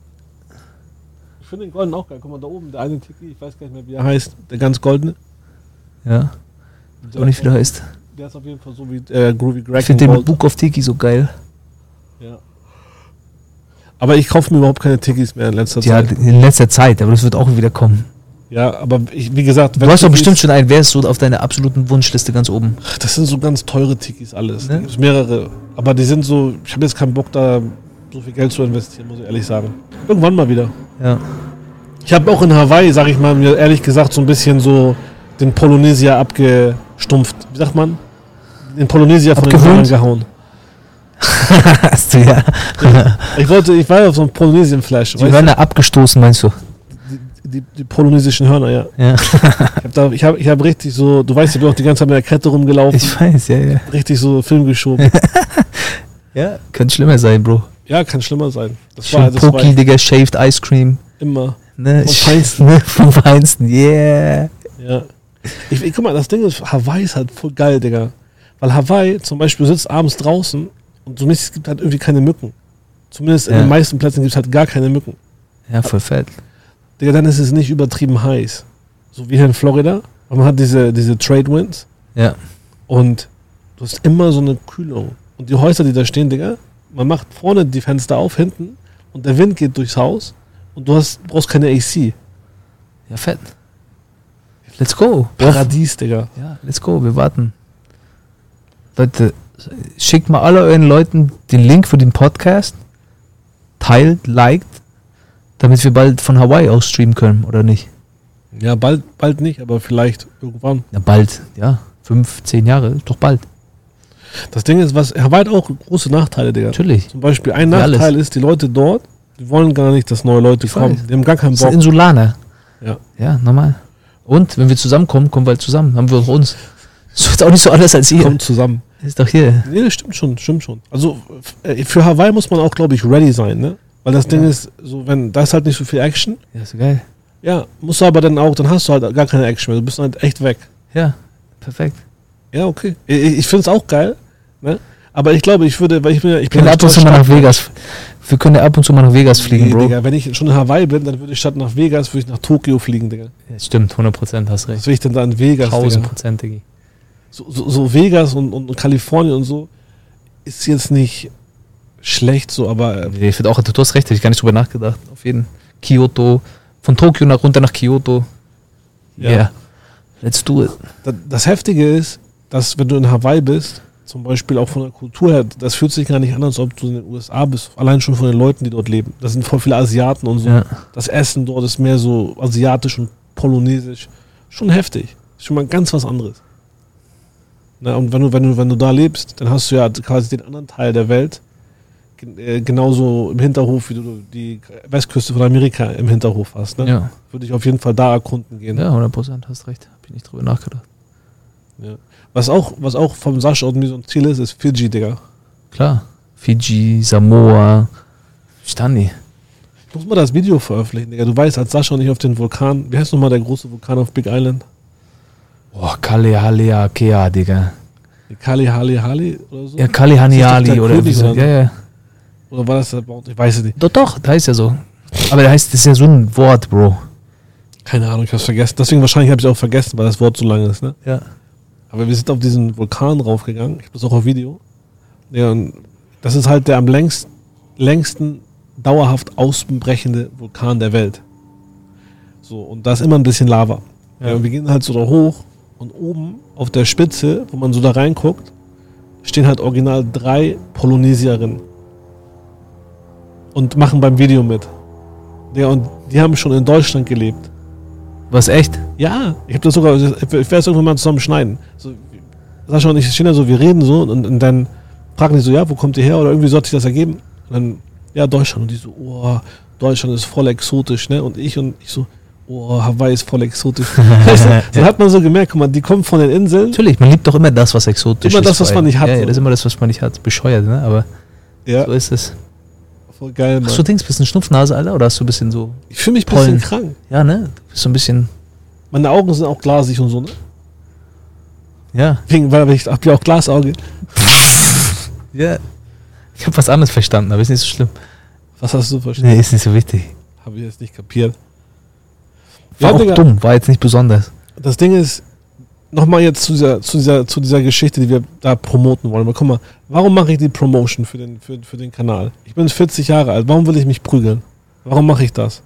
Ich finde den goldenen auch geil. Guck mal, da oben, der eine Tiki, ich weiß gar nicht mehr, wie er heißt, der ganz goldene. ja, Der auch nicht, wie der heißt. Der ist auf jeden Fall so wie äh, Groovy Greg. Ich finde in den mit Gold. Book of Tiki so geil. Ja. Aber ich kaufe mir überhaupt keine Tikis mehr in letzter Ja, Zeit. in letzter Zeit, aber das wird auch wieder kommen. Ja, aber ich, wie gesagt, Du hast doch Tikis- bestimmt schon einen, wer ist so auf deiner absoluten Wunschliste ganz oben? Das sind so ganz teure Tikis alles. Ne? Da gibt's mehrere. Aber die sind so, ich habe jetzt keinen Bock da so viel Geld zu investieren, muss ich ehrlich sagen. Irgendwann mal wieder. Ja. Ich habe auch in Hawaii, sag ich mal, mir ehrlich gesagt so ein bisschen so den Polynesia abgestumpft. Wie sagt man? Den Polynesia von den Abgewöhnt? Hörnern gehauen. Hast du ja. Ich wollte, ich war ja auf so einem Polynesien-Flash. Die weißt werden du? da abgestoßen, meinst du? Die, die, die polynesischen Hörner, ja. Ja. Ich habe da, ich hab, ich hab richtig so, du weißt, ich bin auch die ganze Zeit mit der Kette rumgelaufen, Ich weiß, ja, ja. richtig so Film geschoben. Ja, könnte schlimmer sein, Bro. Ja, kann schlimmer sein. Das Schön war, das war Poki, Digga, shaved Ice Cream. immer. Ne? Vom Feinsten. Ne? Vom Feinsten, yeah. Ja. Ich, ich, guck mal, das Ding ist, Hawaii ist halt voll geil, Digga. Weil Hawaii zum Beispiel sitzt abends draußen und so mäßig, es gibt halt irgendwie keine Mücken. Zumindest in Ja. den meisten Plätzen gibt es halt gar keine Mücken. Ja, voll fett. Digga, dann ist es nicht übertrieben heiß. So wie hier in Florida. Aber man hat diese, diese Trade Winds Ja. und du hast immer so eine Kühlung. Und die Häuser, die da stehen, Digga, man macht vorne die Fenster auf, hinten und der Wind geht durchs Haus und du hast, brauchst keine A C. Ja, fett. Let's go. Paradies, Digga. Ja, let's go, wir warten. Leute, schickt mal alle euren Leuten den Link für den Podcast, teilt, liked, damit wir bald von Hawaii aus streamen können, oder nicht? Ja, bald, bald nicht, aber vielleicht irgendwann. Ja, bald, ja. Fünf, zehn Jahre, ist doch bald. Das Ding ist, was Hawaii hat auch große Nachteile, Digga. Natürlich. Zum Beispiel ein Wie alles. Nachteil ist, die Leute dort, die wollen gar nicht, dass neue Leute Ich kommen. weiß. Die haben gar keinen Das sind Bock. Insulaner. Ja. Ja, normal. Und wenn wir zusammenkommen, kommen wir halt zusammen. Haben wir auch uns. Ist jetzt auch nicht so anders als ihr. Kommt zusammen. Ist doch hier. Nee, das stimmt schon, stimmt schon. Also f- äh, für Hawaii muss man auch, glaube ich, ready sein, ne? Weil das Ding Ja. ist, so wenn da ist halt nicht so viel Action. Ja, ist so geil. Ja, musst du aber dann auch, dann hast du halt gar keine Action mehr. Du bist halt echt weg. Ja, perfekt. Ja, okay. Ich, ich finde es auch geil, ne? Aber ich glaube, ich würde, weil ich bin ja, ich Wir bin können ja ab und zu mal nach Stadtstadt- Vegas. Wir können ja ab und zu mal nach Vegas fliegen, Nee, Bro. Digga, wenn ich schon in Hawaii bin, dann würde ich statt nach Vegas, würde ich nach Tokio fliegen, Digga. Ja, stimmt, hundert Prozent hast recht. Was will ich denn da in Vegas, tausend Digga? Prozent, Diggi. So, so, so Vegas und, und Kalifornien und so ist jetzt nicht schlecht so, aber äh, Ich finde auch, du hast recht, habe ich gar nicht drüber nachgedacht. Auf jeden Kyoto, von Tokio nach runter nach Kyoto. Ja. Ja. Yeah. Let's do it. da- das Heftige ist, dass wenn du in Hawaii bist, zum Beispiel auch von der Kultur her, das fühlt sich gar nicht an, als ob du in den U S A bist. Allein schon von den Leuten, die dort leben. Das sind voll viele Asiaten und so. Ja. Das Essen dort ist mehr so asiatisch und polynesisch. Schon heftig. Schon mal ganz was anderes. Na, und wenn du, wenn du, wenn du da lebst, dann hast du ja quasi den anderen Teil der Welt gen- äh, genauso im Hinterhof, wie du die Westküste von Amerika im Hinterhof hast. Ne? Ja. Würde ich auf jeden Fall da erkunden gehen. Ja, hundert Prozent, hast recht. Habe ich nicht drüber nachgedacht. Ja. Was auch, was auch vom Sascha und mir so ein Ziel ist, ist Fidschi, Digga. Klar. Fiji, Samoa, Stani. Ich muss mal das Video veröffentlichen, Digga. Du weißt, als Sascha und ich auf den Vulkan, wie heißt nochmal der große Vulkan auf Big Island? Boah, Kalehalea Kea, Digga. Die Kali Hali Hali oder so? Ja, Kalehaniali der oder König irgendwie so. oder so? Ja, ja. Oder war das der Mount? Ich weiß es nicht. Doch, doch, der heißt ja so. Aber der heißt, das ist ja so ein Wort, Bro. Keine Ahnung, ich hab's vergessen. Deswegen wahrscheinlich habe ich auch vergessen, weil das Wort so lang ist, ne? Ja. Aber wir sind auf diesen Vulkan raufgegangen. Ich habe das auch auf Video. Ja, und das ist halt der am längst, längsten dauerhaft ausbrechende Vulkan der Welt. So, und da ist immer ein bisschen Lava. Ja. Ja. Und wir gehen halt so da hoch und oben auf der Spitze, wo man so da reinguckt, stehen halt original drei Polynesierinnen und machen beim Video mit. Ja, und die haben schon in Deutschland gelebt. Was, echt? Ja, ich habe das sogar, ich werde es irgendwann mal zusammen schneiden. So, Sascha und ich stehen da so, wir reden so und, und dann fragen die so, ja, wo kommt ihr her? Oder irgendwie so hat sich das ergeben. Und dann, ja, Deutschland. Und die so, oh, Deutschland ist voll exotisch, ne? Und ich und ich so, oh, Hawaii ist voll exotisch. Weißt du, dann hat man so gemerkt, guck mal, die kommen von den Inseln. Natürlich, man liebt doch immer das, was exotisch Immer ist. das, was vor man allem. nicht hat, Ja, ja, so. das ist immer das, was man nicht hat. Bescheuert, ne? Aber Ja, so ist es. voll geil, Mann. Hast du Dings, bisschen Schnupfnase, Alter? Oder hast du ein bisschen so, Ich fühle mich ein bisschen Pollen. krank. ja, ne? Du bist so ein bisschen, Meine Augen sind auch glasig und so, ne? ja. Wegen, weil ich hab ja auch Glasauge. Ja. Ich habe was anderes verstanden, aber ist nicht so schlimm. Was hast du verstanden? Nee, ist nicht so wichtig. Habe ich jetzt nicht kapiert. War Ja, auch Digga. dumm, war jetzt nicht besonders. Das Ding ist, nochmal jetzt zu dieser, zu, dieser, zu dieser Geschichte, die wir da promoten wollen. Aber guck mal, warum mache ich die Promotion für den, für, für den Kanal? Ich bin vierzig Jahre alt, warum will ich mich prügeln? Warum mache ich das?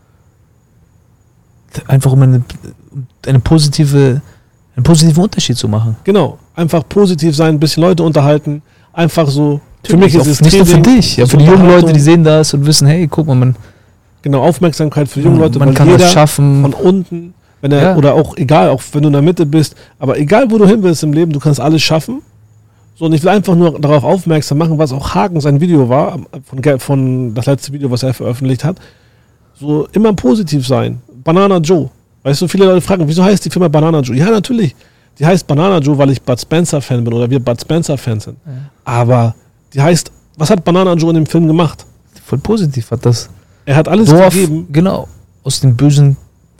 Einfach um eine, eine positive, einen positiven Unterschied zu machen. Genau, einfach positiv sein, ein bisschen Leute unterhalten, einfach so. Für mich ist auch es nicht nur für Training, dich, ja, so für die jungen Leute, Unterhaltung. die sehen das und wissen, hey, guck mal, man, Genau, Aufmerksamkeit für junge Leute, man weil kann jeder was schaffen. von unten, wenn er, Ja. oder auch egal, auch wenn du in der Mitte bist, aber egal wo du hin willst im Leben, du kannst alles schaffen. So, und ich will einfach nur darauf aufmerksam machen, was auch Hagen sein Video war, von, Ge- von das letzte Video, was er veröffentlicht hat. So, immer positiv sein. Banana Joe. Weißt du, viele Leute fragen, wieso heißt die Firma Banana Joe? Ja, natürlich. Die heißt Banana Joe, weil ich Bud Spencer Fan bin oder wir Bud Spencer Fans sind. Ja. Aber die heißt, was hat Banana Joe in dem Film gemacht? voll positiv hat das Er hat alles Dorf, gegeben. genau, aus dem bösen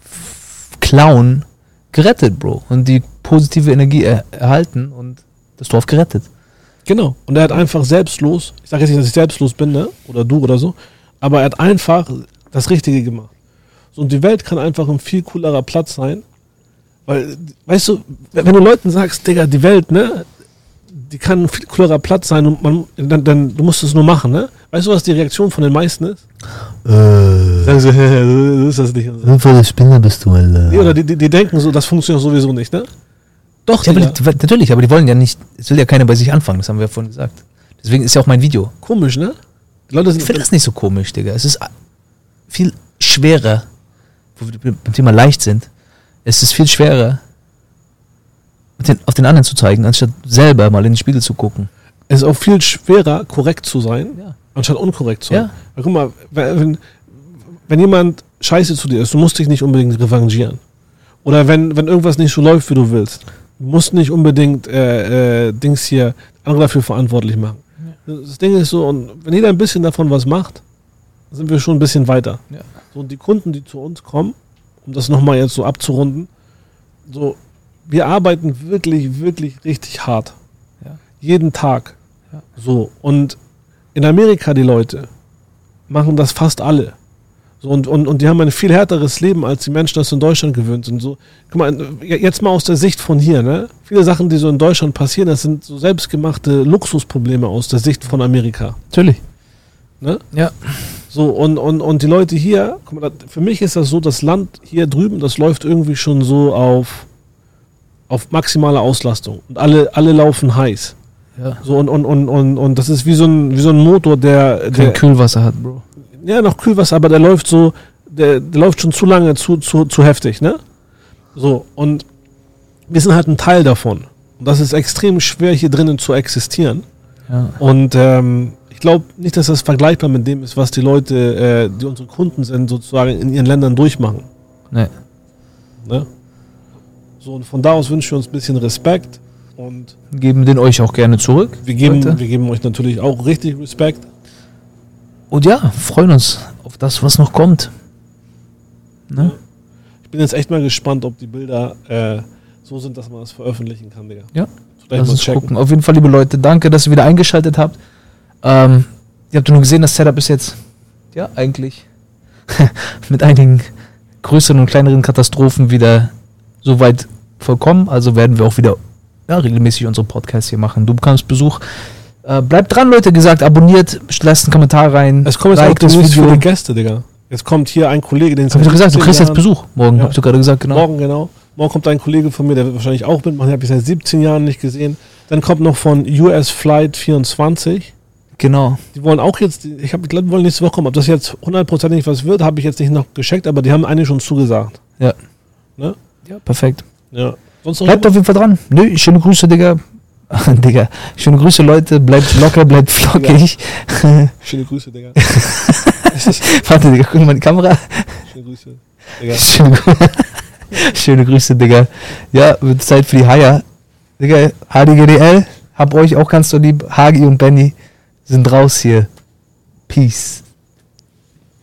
Clown gerettet, Bro. Und die positive Energie er erhalten und das Dorf gerettet. Genau. Und er hat einfach selbstlos, ich sage jetzt nicht, dass ich selbstlos bin, ne? Oder du oder so, aber er hat einfach das Richtige gemacht. So, und die Welt kann einfach ein viel coolerer Platz sein. Weil, weißt du, wenn du Leuten sagst, Digga, die Welt, ne, die kann ein viel coolerer Platz sein und man, dann, dann, du musst es nur machen, ne? Weißt du, was die Reaktion von den meisten ist? Äh, Sagen sie, so ist das nicht. so voll der Spinner bist du, Alter. Nee, oder die, die, die denken so, das funktioniert sowieso nicht, ne? Doch, Ja, aber Digga. die, natürlich, aber die wollen ja nicht, es will ja keiner bei sich anfangen, das haben wir ja vorhin gesagt. Deswegen ist ja auch mein Video. Komisch, ne? Die Leute sind, Ich finde das nicht so komisch, Digga. Es ist viel schwerer, wo wir beim Thema leicht sind, es ist viel schwerer, mit den, auf den anderen zu zeigen, anstatt selber mal in den Spiegel zu gucken. es ist auch viel schwerer, korrekt zu sein, Ja. anstatt unkorrekt zu sein. Ja. Weil, guck mal, wenn, wenn jemand scheiße zu dir ist, du musst dich nicht unbedingt revanchieren. Oder wenn, wenn irgendwas nicht so läuft, wie du willst, du musst nicht unbedingt äh, äh, Dings hier andere dafür verantwortlich machen. Das Ding ist so, und wenn jeder ein bisschen davon was macht, sind wir schon ein bisschen weiter. Ja. So, und die Kunden, die zu uns kommen, um das nochmal jetzt so abzurunden, so, wir arbeiten wirklich, wirklich richtig hart. Ja. Jeden Tag. Ja. So, und in Amerika die Leute machen das fast alle. So, und, und, und die haben ein viel härteres Leben, als die Menschen das in Deutschland gewöhnt sind. So, guck mal, jetzt mal aus der Sicht von hier, ne? Viele Sachen, die so in Deutschland passieren, das sind so selbstgemachte Luxusprobleme aus der Sicht von Amerika. Natürlich. Ne? Ja. So, und, und, und die Leute hier, guck mal, für mich ist das so, das Land hier drüben, das läuft irgendwie schon so auf, auf maximale Auslastung. Und alle, alle laufen heiß. Ja. So, und, und, und, und, und das ist wie so ein, wie so ein Motor, der, Kein der Kühlwasser hat, Bro. ja, noch Kühlwasser, aber der läuft so, der, der läuft schon zu lange, zu, zu, zu heftig, ne? So, und wir sind halt ein Teil davon. Und das ist extrem schwer, hier drinnen zu existieren. Ja. Und ähm, ich glaube nicht, dass das vergleichbar mit dem ist, was die Leute, äh, die unsere Kunden sind, sozusagen in ihren Ländern durchmachen. Nee. Ne? So, und von da aus wünschen wir uns ein bisschen Respekt. Und Geben den euch auch gerne zurück. wir geben, Leute. wir geben euch natürlich auch richtig Respekt. Und ja, freuen uns auf das, was noch kommt. Ne? Ich bin jetzt echt mal gespannt, ob die Bilder äh, so sind, dass man das veröffentlichen kann, Digga. Ja. Vielleicht Lass mal uns checken. gucken. Auf jeden Fall, liebe Leute, danke, dass ihr wieder eingeschaltet habt. Ähm, ihr habt ja nur gesehen, das Setup ist jetzt, ja, eigentlich mit einigen größeren und kleineren Katastrophen wieder soweit vollkommen. Also werden wir auch wieder ja, regelmäßig unsere Podcasts hier machen. Du bekommst Besuch. Äh, bleibt dran, Leute, gesagt, abonniert, lasst einen Kommentar rein. Es kommt jetzt liked auch das demnächst Video. für die Gäste, Digga. Jetzt kommt hier ein Kollege, den es Hab ich doch gesagt, du seit kriegst jetzt Jahren- Besuch. Morgen, Ja. hab ich doch gerade gesagt, genau. Morgen, genau. Morgen kommt ein Kollege von mir, der wird wahrscheinlich auch mitmachen. Den habe ich seit siebzehn Jahren nicht gesehen. Dann kommt noch von U S Flight vierundzwanzig. Genau. Die wollen auch jetzt, ich habe glaube, die wollen nächste Woche kommen. Ob das jetzt hundertprozentig was wird, habe ich jetzt nicht noch gecheckt, aber die haben eigentlich schon zugesagt. Ja. Ne? Ja, perfekt. Ja. Sonst noch Bleibt auf jeden Fall dran. Nö, schöne Grüße, Digga. Digga. Schöne Grüße, Leute. Bleibt locker, bleibt flockig. Schöne Grüße, Digga. Warte, Digga, guck mal in die Kamera. Schöne Grüße, Digga. Schöne, Grü- Schöne Grüße, Digga. Ja, wird Zeit für die Haier. Digga, H D G D L, hab euch auch ganz so lieb. Hagi und Benny sind raus hier. Peace.